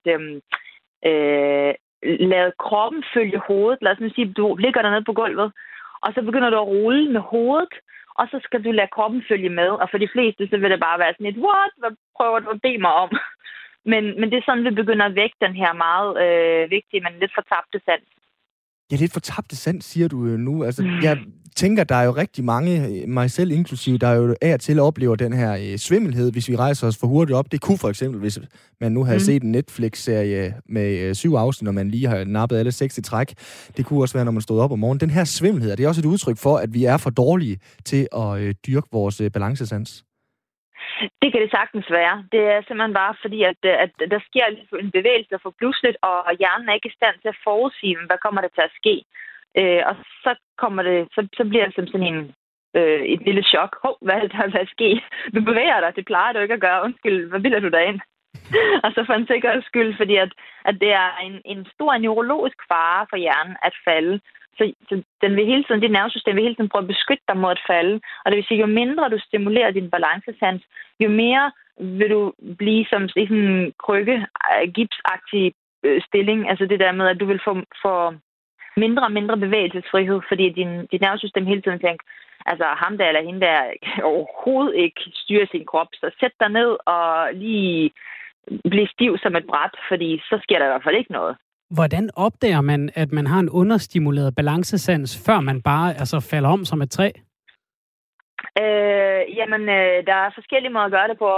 S4: lade kroppen følge hovedet, lad os nu sige, du ligger dernede på gulvet, og så begynder du at rulle med hovedet, og så skal du lade kroppen følge med. Og for de fleste, så vil det bare være sådan et, hvad prøver du at bede mig om? Men det er sådan, vi begynder at vække den her meget vigtige, men lidt fortabte sans.
S1: Ja, lidt fortabte sans, siger du nu. Altså, jeg tænker, der er jo rigtig mange, mig selv inklusive, der jo af og til oplever den her svimmelhed, hvis vi rejser os for hurtigt op. Det kunne for eksempel, hvis man nu havde set en Netflix-serie med 7 afsnit, og man lige har nappet alle 6 i træk. Det kunne også være, når man stod op om morgenen. Den her svimmelhed, det er også et udtryk for, at vi er for dårlige til at dyrke vores balancesans.
S4: Det kan det sagtens være. Det er simpelthen bare fordi, at der sker en bevægelse for pludseligt, og hjernen er ikke i stand til at forudsige, hvad kommer der til at ske. Og så kommer det, så bliver det som sådan et lille chok. Hvad er det, der vil ske? Du bevæger dig, det plejer du ikke at gøre. Undskyld, hvad vil du derind? Og så for en sikkerheds skyld, fordi at det er en stor neurologisk fare for hjernen at falde. Så den vil hele tiden, dit nervesystem vil hele tiden prøve at beskytte dig mod at falde. Og det vil sige, jo mindre du stimulerer din balancesans, jo mere vil du blive som sådan en krykke, gipsagtig stilling. Altså det der med, at du vil få mindre og mindre bevægelsesfrihed, fordi dit nervesystem hele tiden tænker, altså ham der eller hende der overhovedet ikke styrer sin krop. Så sæt dig ned og lige blive stiv som et bræt, fordi så sker der i hvert fald ikke noget.
S2: Hvordan opdager man, at man har en understimuleret balancesans, før man bare falder om som et træ?
S4: Der er forskellige måder at gøre det på.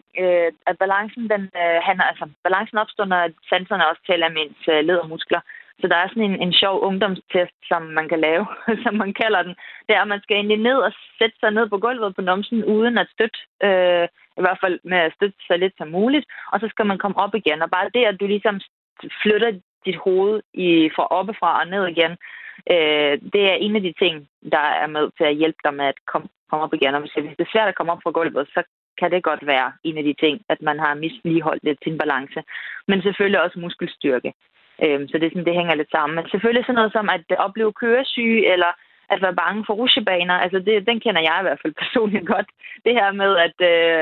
S4: At balancen, balancen opstår, når sanserne også tæller med ens led og muskler. Så der er sådan en sjov ungdomstest, som man kan lave, som man kalder den. Det er, at man skal egentlig ned og sætte sig ned på gulvet på numsen, uden at støtte, i hvert fald med at støtte sig lidt som muligt. Og så skal man komme op igen. Og bare det, at du ligesom flytter dit hoved fra oppefra og ned igen, det er en af de ting, der er med til at hjælpe dig med at komme op igen. Og hvis det er svært at komme op fra gulvet, så kan det godt være en af de ting, at man har misligeholdt lidt sin balance. Men selvfølgelig også muskelstyrke. Så det er sådan, det hænger lidt sammen. Men selvfølgelig sådan noget som at opleve køresyge, eller at være bange for rutsjebaner. Altså den kender jeg i hvert fald personligt godt. Det her med, at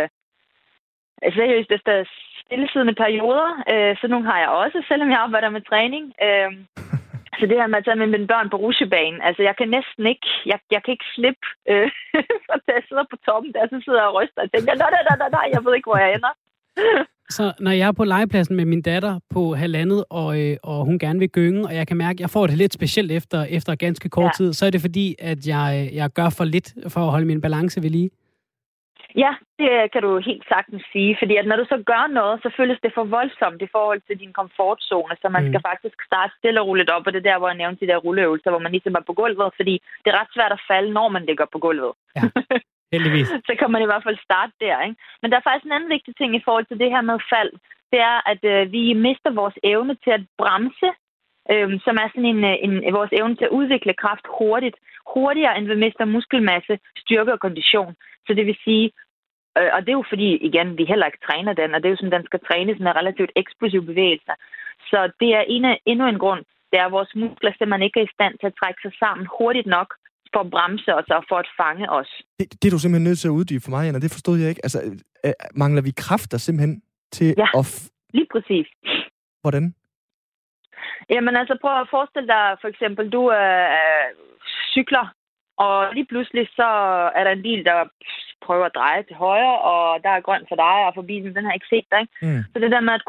S4: seriøst efter stillesiddende perioder, så nogle har jeg også, selvom jeg arbejder med træning. Så det her med at tage med mine børn på rutsjebanen, altså jeg kan næsten ikke, jeg kan ikke slippe, for da jeg sidder på toppen der, så sidder jeg og ryster og tænker, nej, jeg ved ikke, hvor jeg ender.
S2: Så når jeg er på legepladsen med min datter på 1,5, og hun gerne vil gynge, og jeg kan mærke, at jeg får det lidt specielt efter ganske kort tid, så er det fordi, at jeg gør for lidt for at holde min balance ved lige.
S4: Ja, det kan du helt sagtens sige, fordi at når du så gør noget, så føles det for voldsomt i forhold til din komfortzone, så man skal faktisk starte stille og roligt op, og det er der, hvor jeg nævnte de der rulleøvelser, hvor man ligesom er på gulvet, fordi det er ret svært at falde, når man ligger på gulvet.
S2: Ja, heldigvis.
S4: Så kan man i hvert fald starte der, ikke? Men der er faktisk en anden vigtig ting i forhold til det her med fald, det er, at vi mister vores evne til at bremse, som er sådan vores evne til at udvikle kraft hurtigere, end vi mister muskelmasse, styrke og kondition. Så det vil sige, og det er jo fordi, igen, vi heller ikke træner den, og det er jo sådan, den skal trænes med relativt eksplosive bevægelser. Så det er endnu en grund, det er, at vores muskler simpelthen ikke er i stand til at trække sig sammen hurtigt nok for at bremse os og for at fange os.
S1: Det er du simpelthen nødt til at uddybe for mig, Anna. Det forstod jeg ikke. Altså, mangler vi kræfter simpelthen til at...
S4: lige præcis.
S1: Hvordan?
S4: Jamen altså, prøv at forestille dig, for eksempel, du cykler, og lige pludselig så er der en bil, der prøver at dreje til højre, og der er grønt for dig, og forbi den har ikke set dig. Ikke? Så det der med at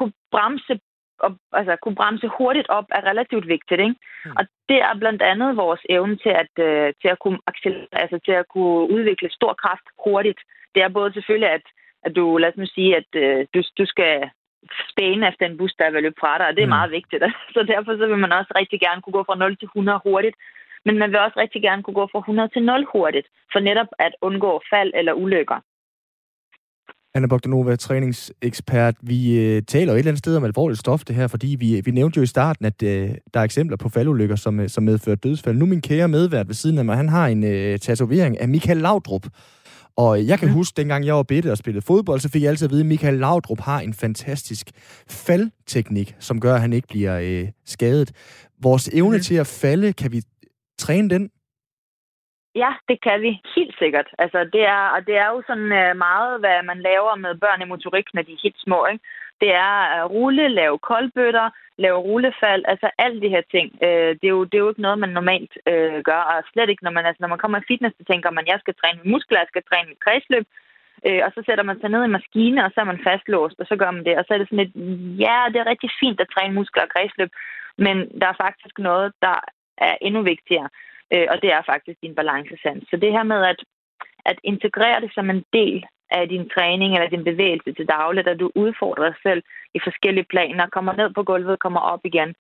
S4: kunne bremse hurtigt op er relativt vigtigt, ikke? Og det er blandt andet vores evne til at kunne accelerere, altså til at kunne udvikle stor kraft hurtigt. Det er både selvfølgelig, at du, lad os nu sige, at du skal spæne efter en bus, der vil løbe fra dig, og det er meget vigtigt. Så derfor så vil man også rigtig gerne kunne gå fra 0 til 100 hurtigt. Men man vil også rigtig gerne kunne gå fra 100 til 0 hurtigt, for netop at undgå fald eller ulykker.
S1: Anna Bogdanova, træningsekspert. Vi taler jo et eller andet sted om alvorligt stof, det her, fordi vi nævnte jo i starten, at der er eksempler på faldulykker, som medfører dødsfald. Nu min kære medvært ved siden af mig, han har en tatovering af Michael Laudrup. Og jeg kan huske, dengang jeg var bitte og spillede fodbold, så fik jeg altid at vide, at Michael Laudrup har en fantastisk faldteknik, som gør, at han ikke bliver skadet. Vores evne til at falde, kan vi træne den?
S4: Ja, det kan vi helt sikkert. Altså, det er jo sådan meget, hvad man laver med børn i motorik, når de er helt små, ikke? Det er at rulle, lave koldbøtter, lave rullefald, altså alle de her ting. Det er jo ikke noget, man normalt gør, og slet ikke, når man kommer i fitness, så tænker man, jeg skal træne mine muskler, jeg skal træne mit kredsløb, og så sætter man sig ned i maskine, og så er man fastlåst, og så gør man det. Og så er det sådan lidt, ja, det er rigtig fint at træne muskler og kredsløb, men der er faktisk noget, der er endnu vigtigere, og det er faktisk din balancesans. Så det her med at integrere det som en del af din træning eller din bevægelse til dagligt, at du udfordrer dig selv i forskellige planer, kommer ned på gulvet, kommer op igen,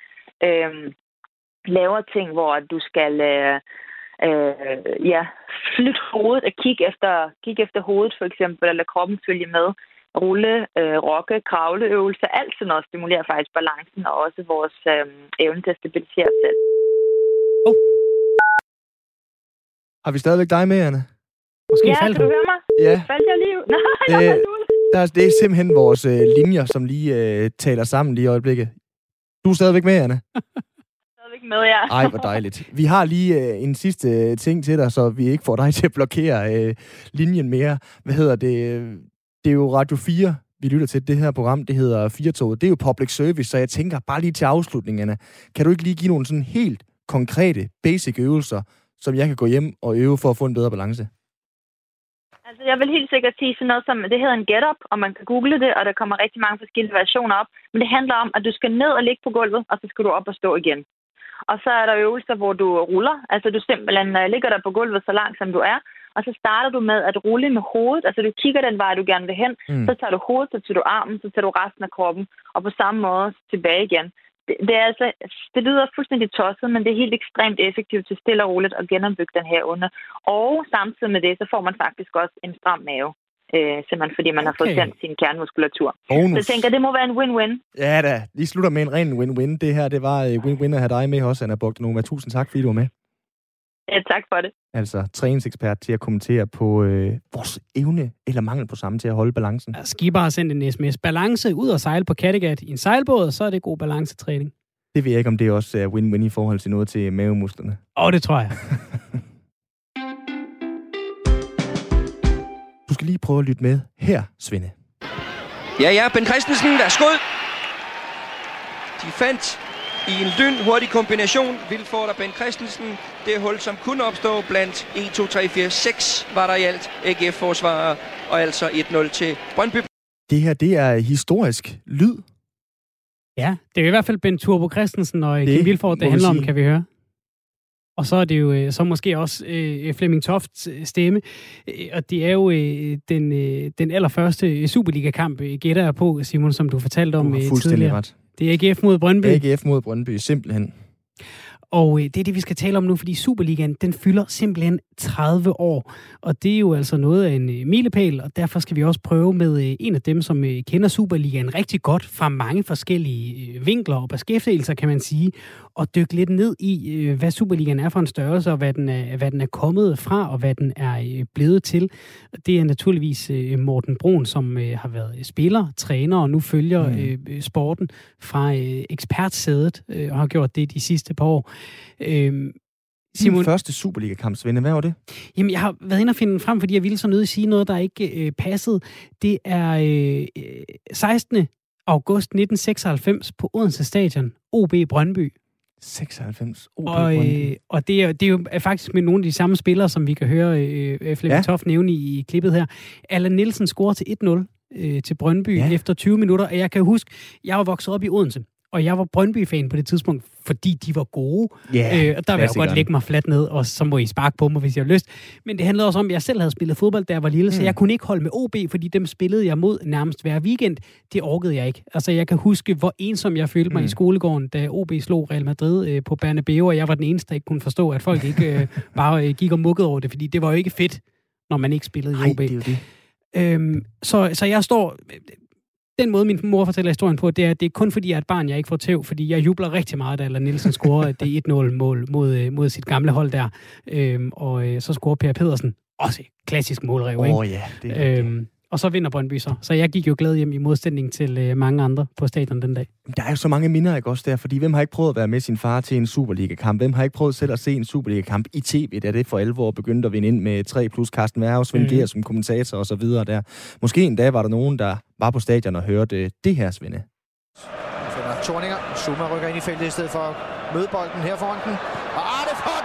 S4: laver ting, hvor du skal flytte hovedet og kigge efter hovedet for eksempel, eller kroppen følge med, rulle, rokke, kravleøvelser, alt sådan noget stimulerer faktisk balancen og også vores evne til at stabilisere os selv.
S1: Har vi stadigvæk dig med, Anna?
S2: Måske
S4: kan du høre mig?
S1: Ja.
S4: Faldt jeg lige ud? Nej, jeg faldt ud.
S1: Det er simpelthen vores linjer, som lige taler sammen lige i øjeblikket. Du er stadigvæk med, Anna?
S4: Stadigvæk med, ja.
S1: Ej, hvor dejligt. Vi har lige en sidste ting til dig, så vi ikke får dig til at blokere linjen mere. Hvad hedder det? Det er jo Radio 4, vi lytter til det her program. Det hedder 4-toget. Det er jo public service, så jeg tænker bare lige til afslutningen, Anna. Kan du ikke lige give nogle sådan helt konkrete, basic øvelser, som jeg kan gå hjem og øve for at få en bedre balance?
S4: Altså, jeg vil helt sikkert sige sådan noget som, det hedder en get-up, og man kan google det, og der kommer rigtig mange forskellige versioner op. Men det handler om, at du skal ned og ligge på gulvet, og så skal du op og stå igen. Og så er der øvelser, hvor du ruller. Altså, du simpelthen ligger der på gulvet så langt, som du er, og så starter du med at rulle med hovedet. Altså, du kigger den vej, du gerne vil hen. Så tager du hovedet, så tager du armen, så tager du resten af kroppen, og på samme måde tilbage igen. det er altså, det lyder fuldstændig tosset, men det er helt ekstremt effektivt til stille og roligt at genopbygge den her onde. Og samtidig med det, så får man faktisk også en stram mave. Simpelthen fordi man har fået tændt sin kernemuskulatur. Så jeg tænker, det må være en win-win.
S1: Ja da, vi slutter med en ren win-win. Det her, det var win-win at have dig med også, Anna Bogdanova. Tusind tak, fordi du var med.
S4: Ja, tak for det.
S1: Altså træningsekspert til at kommentere på vores evne eller mangel på samme til at holde balancen.
S2: Ja, Skipper har sendt en sms. Balance ud og sejle på Kattegat i en sejlbåd, så er det god balancetræning.
S1: Det ved jeg ikke, om det også er win-win i forhold til noget til mavemusklerne.
S2: Det tror jeg.
S1: Du skal lige prøve at lytte med her, Svende.
S5: Ja, Ben Christensen, værsgo. De fandt i en lynhurtig kombination. Vilfort og Ben Christensen. Det hul, som kunne opstå blandt 1, 2, 3, 4, 6 var der i alt AGF-forsvarere. Og altså 1-0 til Brøndby.
S1: Det her, det er historisk lyd.
S2: Ja, det er i hvert fald Ben Turbo Christensen og Kim Vilfort, det handler om, kan vi høre. Og så er det jo så måske også Flemming Tofts stemme. Og det er jo den allerførste Superliga-kamp, gætter jeg på, Simon, som du fortalte om tidligere. Ret. Det er AGF mod Brøndby.
S1: AGF mod Brøndby, simpelthen.
S2: Og det er det, vi skal tale om nu, fordi Superligaen, den fylder simpelthen 30 år. Og det er jo altså noget af en milepæl, og derfor skal vi også prøve med en af dem, som kender Superligaen rigtig godt fra mange forskellige vinkler og beskæftigelser, kan man sige, og dykke lidt ned i, hvad Superligaen er for en størrelse, og hvad den er kommet fra, og hvad den er blevet til. Det er naturligvis Morten Bruun, som har været spiller, træner, og nu følger sporten fra ekspertsædet, og har gjort det de sidste par år.
S1: Simon, første Superliga-kamp, Svende, hvad var det?
S2: Jamen, jeg har været inde og finde den frem, fordi jeg ville så nødt sige noget, der ikke passede. Det er 16. august 1996 på Odense Stadion, OB Brøndby.
S1: 96, OB Brøndby.
S2: Og det er jo faktisk med nogle af de samme spillere, som vi kan høre Flemming Toft nævne i klippet her. Allan Nielsen scorer til 1-0 til Brøndby efter 20 minutter, og jeg kan huske, jeg var vokset op i Odense. Og jeg var Brøndby-fan på det tidspunkt, fordi de var gode. Og der vil jeg jo godt lægge mig fladt ned, og så må I sparke på mig, hvis jeg har lyst. Men det handlede også om, at jeg selv havde spillet fodbold, da jeg var lille, så jeg kunne ikke holde med OB, fordi dem spillede jeg mod nærmest hver weekend. Det orkede jeg ikke. Altså, jeg kan huske, hvor ensom jeg følte mig i skolegården, da OB slog Real Madrid på Bernabeu, og jeg var den eneste, der ikke kunne forstå, at folk ikke bare gik og mukkede over det, fordi det var jo ikke fedt, når man ikke spillede i OB.
S1: Det er jo det.
S2: Så jeg står... Den måde, min mor fortæller historien på, det er kun fordi, jeg er et barn, jeg ikke får tæv, fordi jeg jubler rigtig meget, da Allan Nielsen scorer det 1-0-mål mod sit gamle hold der. Og så scorer Per Pedersen også klassisk målrev, ikke?
S1: Ja, det
S2: og så vinder Brøndby så. Så jeg gik jo glad hjem i modsætning til mange andre på stadion den dag. Der
S1: er jo så mange minder, ikke også der? Fordi hvem har ikke prøvet at være med sin far til en Superliga-kamp? Hvem har ikke prøvet selv at se en Superliga-kamp i tv, da det for alvor begyndte at vinde ind med 3 plus Carsten Werge, Svend Gehr som kommentator og så videre der. Måske en dag var der nogen, der var på stadion og hørte det her, Svende.
S6: Thorninger. Zuma rykker ind i feltet i stedet for at møde bolden her foran den. Og det er flot!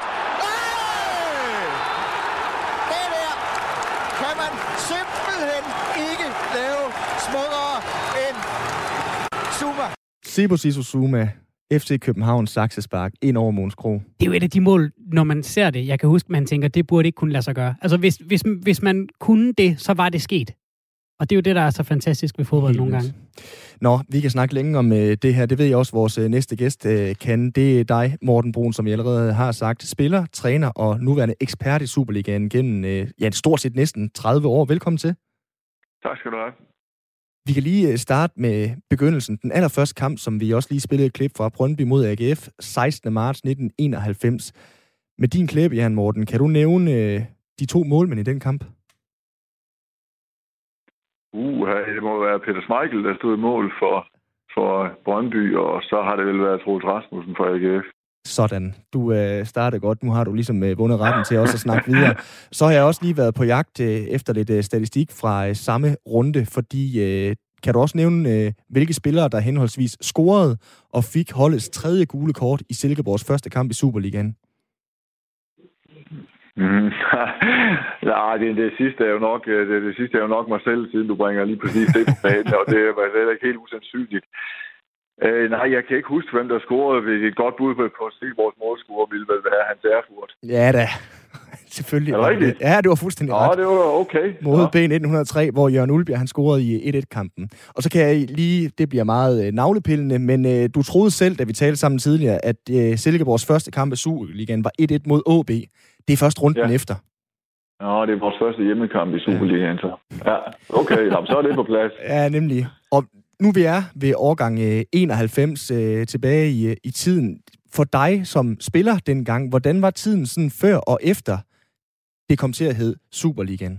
S6: Det der kan man simpelthen ikke lave smukkere end Zuma.
S1: Sebo Sisu Zuma, FC København saksespark ind over Mogens Krog.
S2: Det er jo et af de mål, når man ser det. Jeg kan huske, man tænker, det burde ikke kunne lade sig gøre. Altså, hvis man kunne det, så var det sket. Og det er jo det, der er så fantastisk ved fodbold nogle gange.
S1: Nå, vi kan snakke længe om det her. Det ved jeg også, vores næste gæst kan. Det er dig, Morten Bruun, som jeg allerede har sagt. Spiller, træner og nuværende ekspert i Superligaen gennem stort set næsten 30 år. Velkommen til.
S7: Tak skal du have.
S1: Vi kan lige starte med begyndelsen. Den allerførste kamp, som vi også lige spillede et klip fra Brøndby mod AGF, 16. marts 1991. Med din klæbe, Jan Morten, kan du nævne de 2 målmænd i den kamp?
S7: Det må være Peter Schmeichel, der stod i mål for Brøndby, og så har det vel været Troels Rasmussen for AGF.
S1: Sådan. Du startede godt. Nu har du ligesom vundet retten til også at snakke videre. Så har jeg også lige været på jagt efter lidt statistik fra samme runde, fordi kan du også nævne, hvilke spillere, der henholdsvis scorede og fik holdets 3. gule kort i Silkeborgs første kamp i Superligaen?
S7: Nej, det sidste er jo nok mig selv, siden du bringer lige præcis det på banen, og det er heller ikke helt usandsynligt. Nej, jeg kan ikke huske, hvem der scorede. Et godt bud på Silkeborgs målscorer ville vel være Hans Erfurt.
S1: Ja da. Selvfølgelig.
S7: Er det rigtigt?
S1: Ja, det var fuldstændig ret.
S7: Det var okay.
S1: Mod B 1903, hvor Jørgen Ulbjerg, han scorede i 1-1-kampen. Og så kan jeg lige, det bliver meget navlepillende, men du troede selv, da vi talte sammen tidligere, at Silkeborgs første kamp i Superligaen var 1-1 mod AB. Det er først runden efter.
S7: Nå, det er vores første hjemmekamp i Superligaen, så. Ja, okay, så er det på plads.
S1: Ja, nemlig. Og nu vi er ved årgang 91 tilbage i tiden. For dig som spiller dengang, hvordan var tiden sådan før og efter det kom til at hedde Superligaen?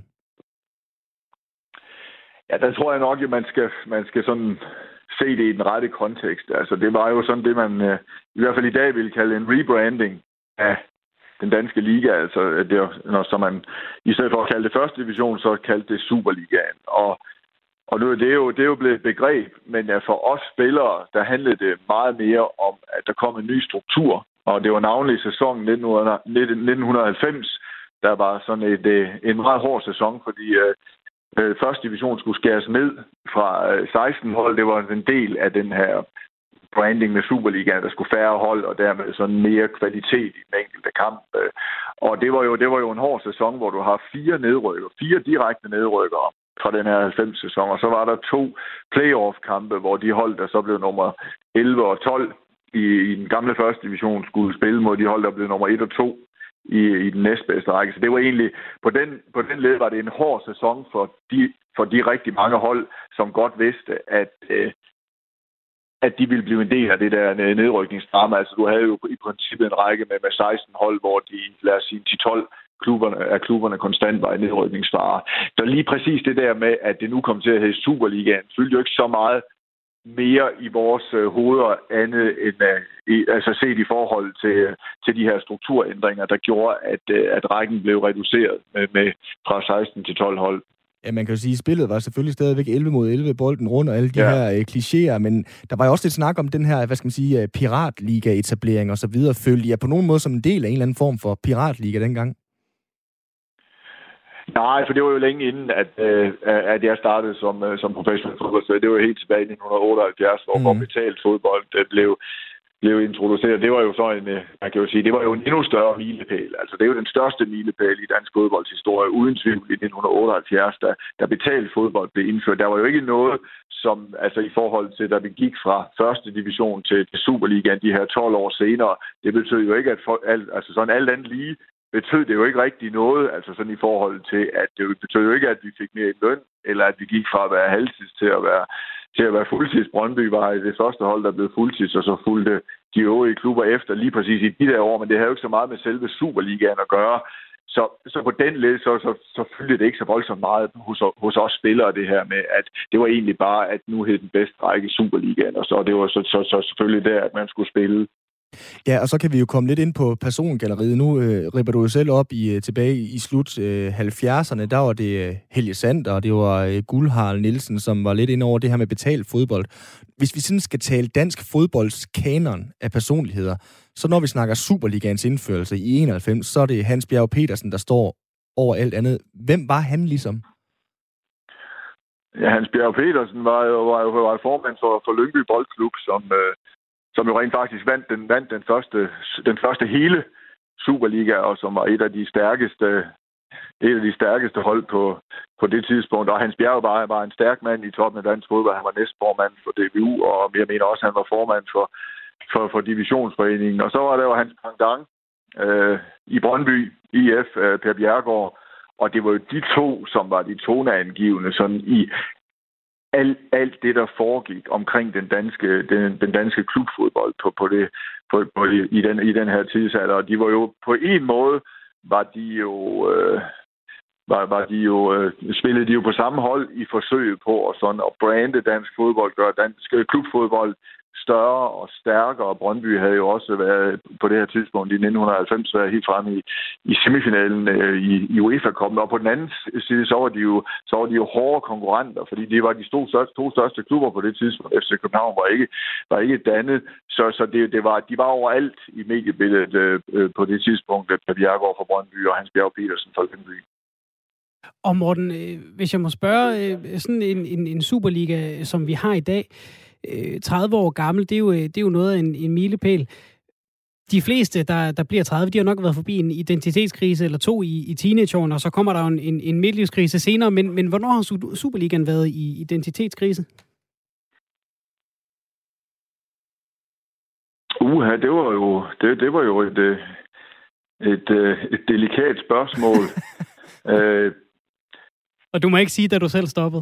S7: Ja, der tror jeg nok, at man skal sådan se det i den rette kontekst. Altså, det var jo sådan det, man i hvert fald i dag ville kalde en rebranding af den danske liga. Altså, så man i stedet for at kalde det første division, så kaldte det Superligaen. Og nu det er jo blevet et begreb, men for os spillere, der handlede det meget mere om, at der kom en ny struktur. Og det var navnlig sæsonen 1990, der var sådan en meget hård sæson, fordi første division skulle skæres ned fra 16 hold. Det var en del af den her branding med Superligaen, der skulle færre hold, og dermed sådan mere kvalitet i den enkelte kamp. Og det var jo en hård sæson, hvor du har 4 direkte nedrykkere fra den her 90-sæson, og så var der 2 playoff-kampe, hvor de hold, der så blev nummer 11 og 12 i den gamle første division, skulle spille mod de hold, der blev nummer 1 og 2 i den næstbedste række. Så det var egentlig, på den led var det en hård sæson for de rigtig mange hold, som godt vidste, at de ville blive en del af det der nedrykningsdrama. Altså, du havde jo i princippet en række med 16 hold, hvor de, lad os sige, 10-12 klubberne konstant var i nedrykningsfare. Så lige præcis det der med, at det nu kom til at hedde Superligaen, fyldte jo ikke så meget mere i vores hoveder andet end altså set i forhold til de her strukturændringer, der gjorde, at rækken blev reduceret med fra 16 til 12 hold.
S1: Ja, man kan jo sige, at spillet var selvfølgelig stadigvæk 11 mod 11, bolden rundt og alle de her klichéer, men der var jo også lidt snak om den her, hvad skal man sige, piratliga-etablering og så videre. Følte jeg på nogen måde som en del af en eller anden form for piratliga dengang?
S7: Nej, for det var jo længe inden, at jeg startede som professionel fodboldspiller. Det var jo helt tilbage i 1978, hvor betalt fodbold blev introduceret. Det var jo så man kan jo sige, det var jo en endnu større milepæl. Altså, det er jo den største milepæl i dansk fodboldshistorie, uden tvivl i 1978, da betalt fodbold blev indført. Der var jo ikke noget, som altså i forhold til, da vi gik fra første division til Superligaen de her 12 år senere, det betød jo ikke, at sådan alt andet lige betød det jo ikke rigtig noget, altså sådan i forhold til, at det betød jo ikke, at vi fik mere i løn, eller at vi gik fra at være halvtids til at være fuldtids. Brøndby var i det første hold, der blev fuldtids, og så fulgte de øvrige klubber efter lige præcis i de der år, men det havde jo ikke så meget med selve Superligaen at gøre. Så på den led, så fyldte det ikke så voldsomt meget hos os spillere, det her med, at det var egentlig bare, at nu hed den bedste række Superligaen, og så det var så selvfølgelig der, at man skulle spille.
S1: Ja, og så kan vi jo komme lidt ind på persongalleriet. Nu ripper du jo selv op tilbage i slut 70'erne. Der var det Helge Sander, og det var Guldharl Nielsen, som var lidt inde over det her med betalt fodbold. Hvis vi sådan skal tale dansk fodboldskanon af personligheder, så når vi snakker Superligaens indførelse i 91, så er det Hans Bjerg Petersen, der står over alt andet. Hvem var han ligesom?
S7: Ja, Hans Bjerg Petersen var jo formand for Lyngby Boldklub, som jo rent faktisk vandt den første hele Superliga, og som var et af de stærkeste hold på det tidspunkt. Og Hans Bjerg var en stærk mand i toppen af dansk fodbold. Han var næstformand for DBU, og jeg mener også, at han var formand for divisionsforeningen. Og så var der jo hans pendant i Brøndby, IF, Per Bjerregaard. Og det var jo de to, som var de toneangivende sådan i alt det, der foregik omkring den danske klubfodbold i den her tidsalder. Og de var jo på en måde spillede de jo på samme hold i forsøget på at brande dansk fodbold, gøre dansk klubfodbold større og stærkere. Brøndby havde jo også været på det her tidspunkt i 1990 været helt fremme i semifinalen i UEFA-cupen. Og på den anden side, så var de jo hårde konkurrenter, fordi de var de to største klubber på det tidspunkt. FC København var ikke dannet, så de var overalt i mediebilledet på det tidspunkt, Per Bjerregaard fra Brøndby og Hans Bjerg Petersen fra Lyngby.
S2: Og Morten, hvis jeg må spørge, sådan en Superliga, som vi har i dag, 30 år gammel, det er jo noget af en milepæl. de fleste, der bliver 30, de har nok været forbi en identitetskrise eller to i teenageårene, og så kommer der jo en midtlivskrise senere. Men hvornår har Superligaen været i identitetskrise?
S7: Det var jo et delikat spørgsmål.
S2: Og du må ikke sige, da du selv stoppede.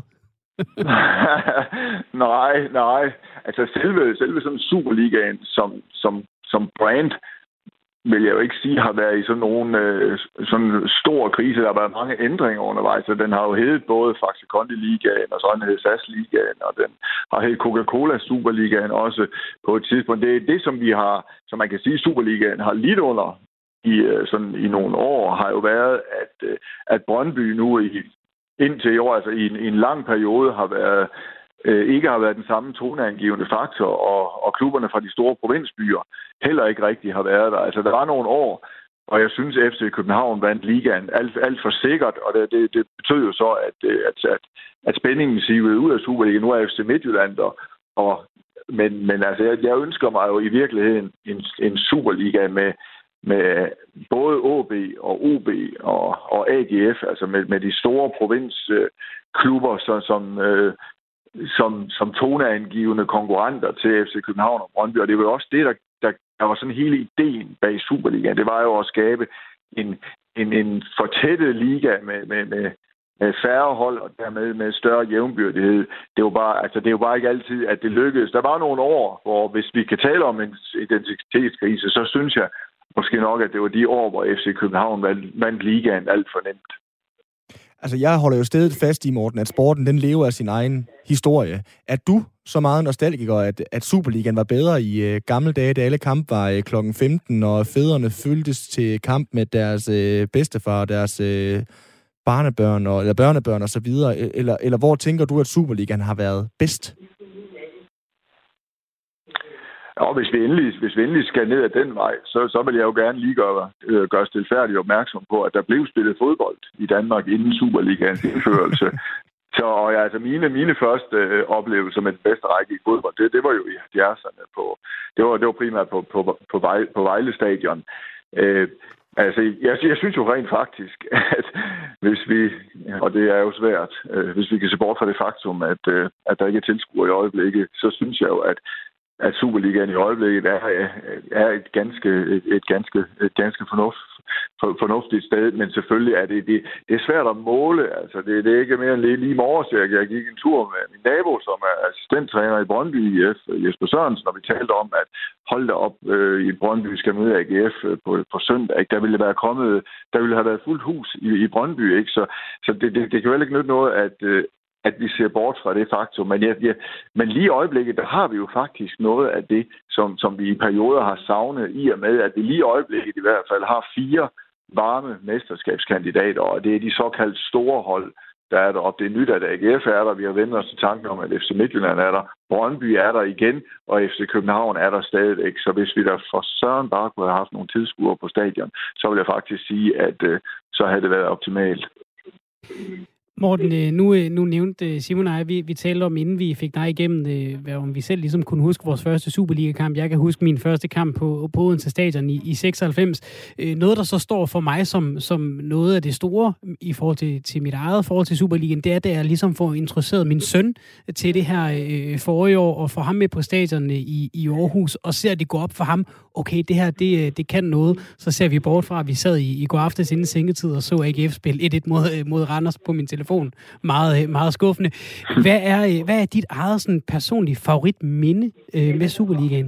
S7: Nej. Altså selve sådan Superligaen som brand, vil jeg jo ikke sige, har været i sådan nogle sådan stor krise. Der har været mange ændringer undervejs, så den har jo heddet både Faxe Kondi Ligaen, og så den hed SAS Ligaen, og den har heddet Coca-Cola Superligaen også på et tidspunkt. Det er det, som vi har, som man kan sige, Superligaen har lidt under i nogle år, har jo været, at Brøndby nu indtil i år, altså i en lang periode, har været ikke har været den samme toneangivende faktor, og klubberne fra de store provinsbyer heller ikke rigtig har været der. Altså, der var nogle år, og jeg synes, at FC København vandt ligaen alt for sikkert, og det betød jo så, at spændingen sivede ud af Superligaen. Nu er FC Midtjylland men altså, jeg ønsker mig jo i virkeligheden en Superliga med både AB og OB og AGF, altså med de store provinsklubber, som toneangivende konkurrenter til FC København og Brøndby. Og det var jo også det, der var sådan hele ideen bag Superligaen. Det var jo at skabe en fortættet liga med færre hold og dermed med større jævnbyrdighed. Det er jo bare ikke altid, at det lykkedes. Der var nogle år, hvor hvis vi kan tale om en identitetskrise, så synes jeg måske nok, at det var de år, hvor FC København vandt ligaen alt for nemt.
S1: Altså, jeg holder jo stedet fast i, Morten, at sporten, den lever af sin egen historie. Er du så meget nostalgiker, at Superligaen var bedre i gamle dage, da alle kampe var klokken 15, og fædrene føltes til kamp med deres bedstefar og deres børnebørn og så videre? Eller hvor tænker du, at Superligaen har været bedst?
S7: Og hvis vi endelig skal ned ad den vej, så vil jeg jo gerne lige gøre stilfærdigt opmærksom på, at der blev spillet fodbold i Danmark inden Superligaens indførelse. Så altså mine første oplevelser med den bedste række i fodbold, det var jo i 70'erne. Det var primært på Vejle Stadion. Altså, jeg synes jo rent faktisk, at hvis vi, og det er jo svært, hvis vi kan se bort fra det faktum, at der ikke er tilskuere i øjeblikket, så synes jeg jo, at Superligaen i øjeblikket er et ganske fornuftigt sted, men selvfølgelig er det er svært at måle. Altså, det er ikke mere end lige i morges. Jeg gik en tur med min nabo, som er assistenttræner i Brøndby IF, Jesper Sørensen, og vi talte om, at hold da op, i Brøndby skal møde AGF på søndag. Der ville have været fuldt hus i Brøndby, ikke? Så det kan jo ikke nytte noget, at vi ser bort fra det faktum. Men lige i øjeblikket, der har vi jo faktisk noget af det, som vi i perioder har savnet, i og med, at vi lige i øjeblikket i hvert fald har 4 varme mesterskabskandidater, og det er de såkaldt store hold, der er deroppe. Det er nyt, at AGF er der. Vi har vendt os til tanken om, at FC Midtjylland er der. Brøndby er der igen, og FC København er der stadigvæk. Så hvis vi der for søren bare kunne have haft nogle tilskuere på stadion, så vil jeg faktisk sige, at så havde det været optimalt.
S2: Morten, nu nævnte Simon og jeg, vi talte om, inden vi fik dig igennem, om vi selv ligesom kunne huske vores første Superliga-kamp. Jeg kan huske min første kamp på Odense Stadion i 96. Noget, der så står for mig som noget af det store i forhold til mit eget forhold til Superligaen, det er, at jeg ligesom får introduceret min søn til det her forrige år, og får ham med på stadion i Aarhus, og ser det gå op for ham. Okay, det her, det kan noget. Så ser vi bort fra, at vi sad i går aftes inden sengetid og så AGF spille 1-1 mod Randers på min telefon. Meget, meget skuffende. Hvad er dit eget sådan, personlige favoritminde med Superligaen?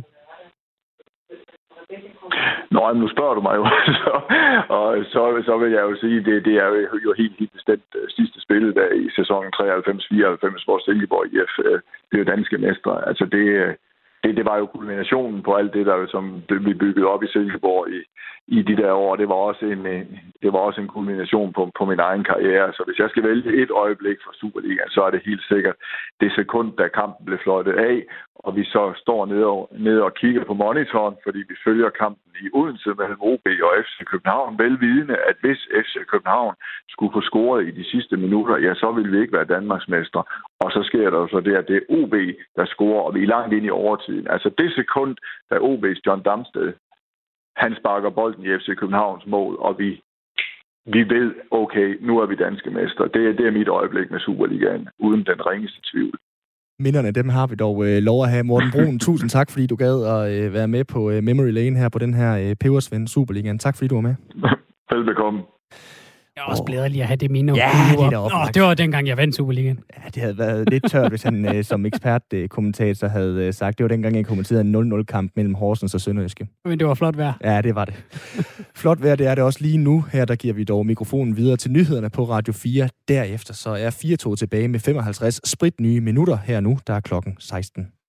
S7: Nå, nu spørger du mig jo. Så vil jeg jo sige, det er jo helt bestemt sidste spil der i sæsonen 93-94, hvor Silkeborg IF blev danske mestre. Altså det var jo kulminationen på alt det, som vi byggede op i Silkeborg i de der år. Det var også en kulmination på min egen karriere. Så hvis jeg skal vælge et øjeblik for Superligaen, så er det helt sikkert det sekund, da kampen blev fløjtet af, og vi så står nede og kigger på monitoren, fordi vi følger kampen i Odense mellem OB og FC København, velvidende, at hvis FC København skulle få scoret i de sidste minutter, ja, så ville vi ikke være Danmarksmestre. Og så sker der jo så det, at det er OB, der scorer, og vi er langt ind i overtiden. Altså det sekund, da OB's John Damsted han sparker bolden i FC Københavns mål, og vi ved, okay, nu er vi danske mestre. Det er mit øjeblik med Superligaen, uden den ringeste tvivl.
S1: Minderne, dem har vi dog lov at have. Morten Brun, tusind tak, fordi du gad at være med på Memory Lane her på den her Pebersvend Superligaen. Tak, fordi du var med.
S7: Velbekomme.
S2: Jeg er også glædelig at have det mine.
S1: Ja,
S2: det var dengang, jeg vandt Superligaen.
S1: Ja, det havde været lidt tørt, hvis han som ekspertkommentator havde sagt, det var dengang, jeg kommenterede en 0-0-kamp mellem Horsens og Sønderjyske.
S2: Men det var flot vejr.
S1: Ja, det var det. Flot vejr, det er det også lige nu. Her der giver vi dog mikrofonen videre til nyhederne på Radio 4. Derefter så er 4-2 tilbage med 55 spritnye minutter her nu, der er klokken 16.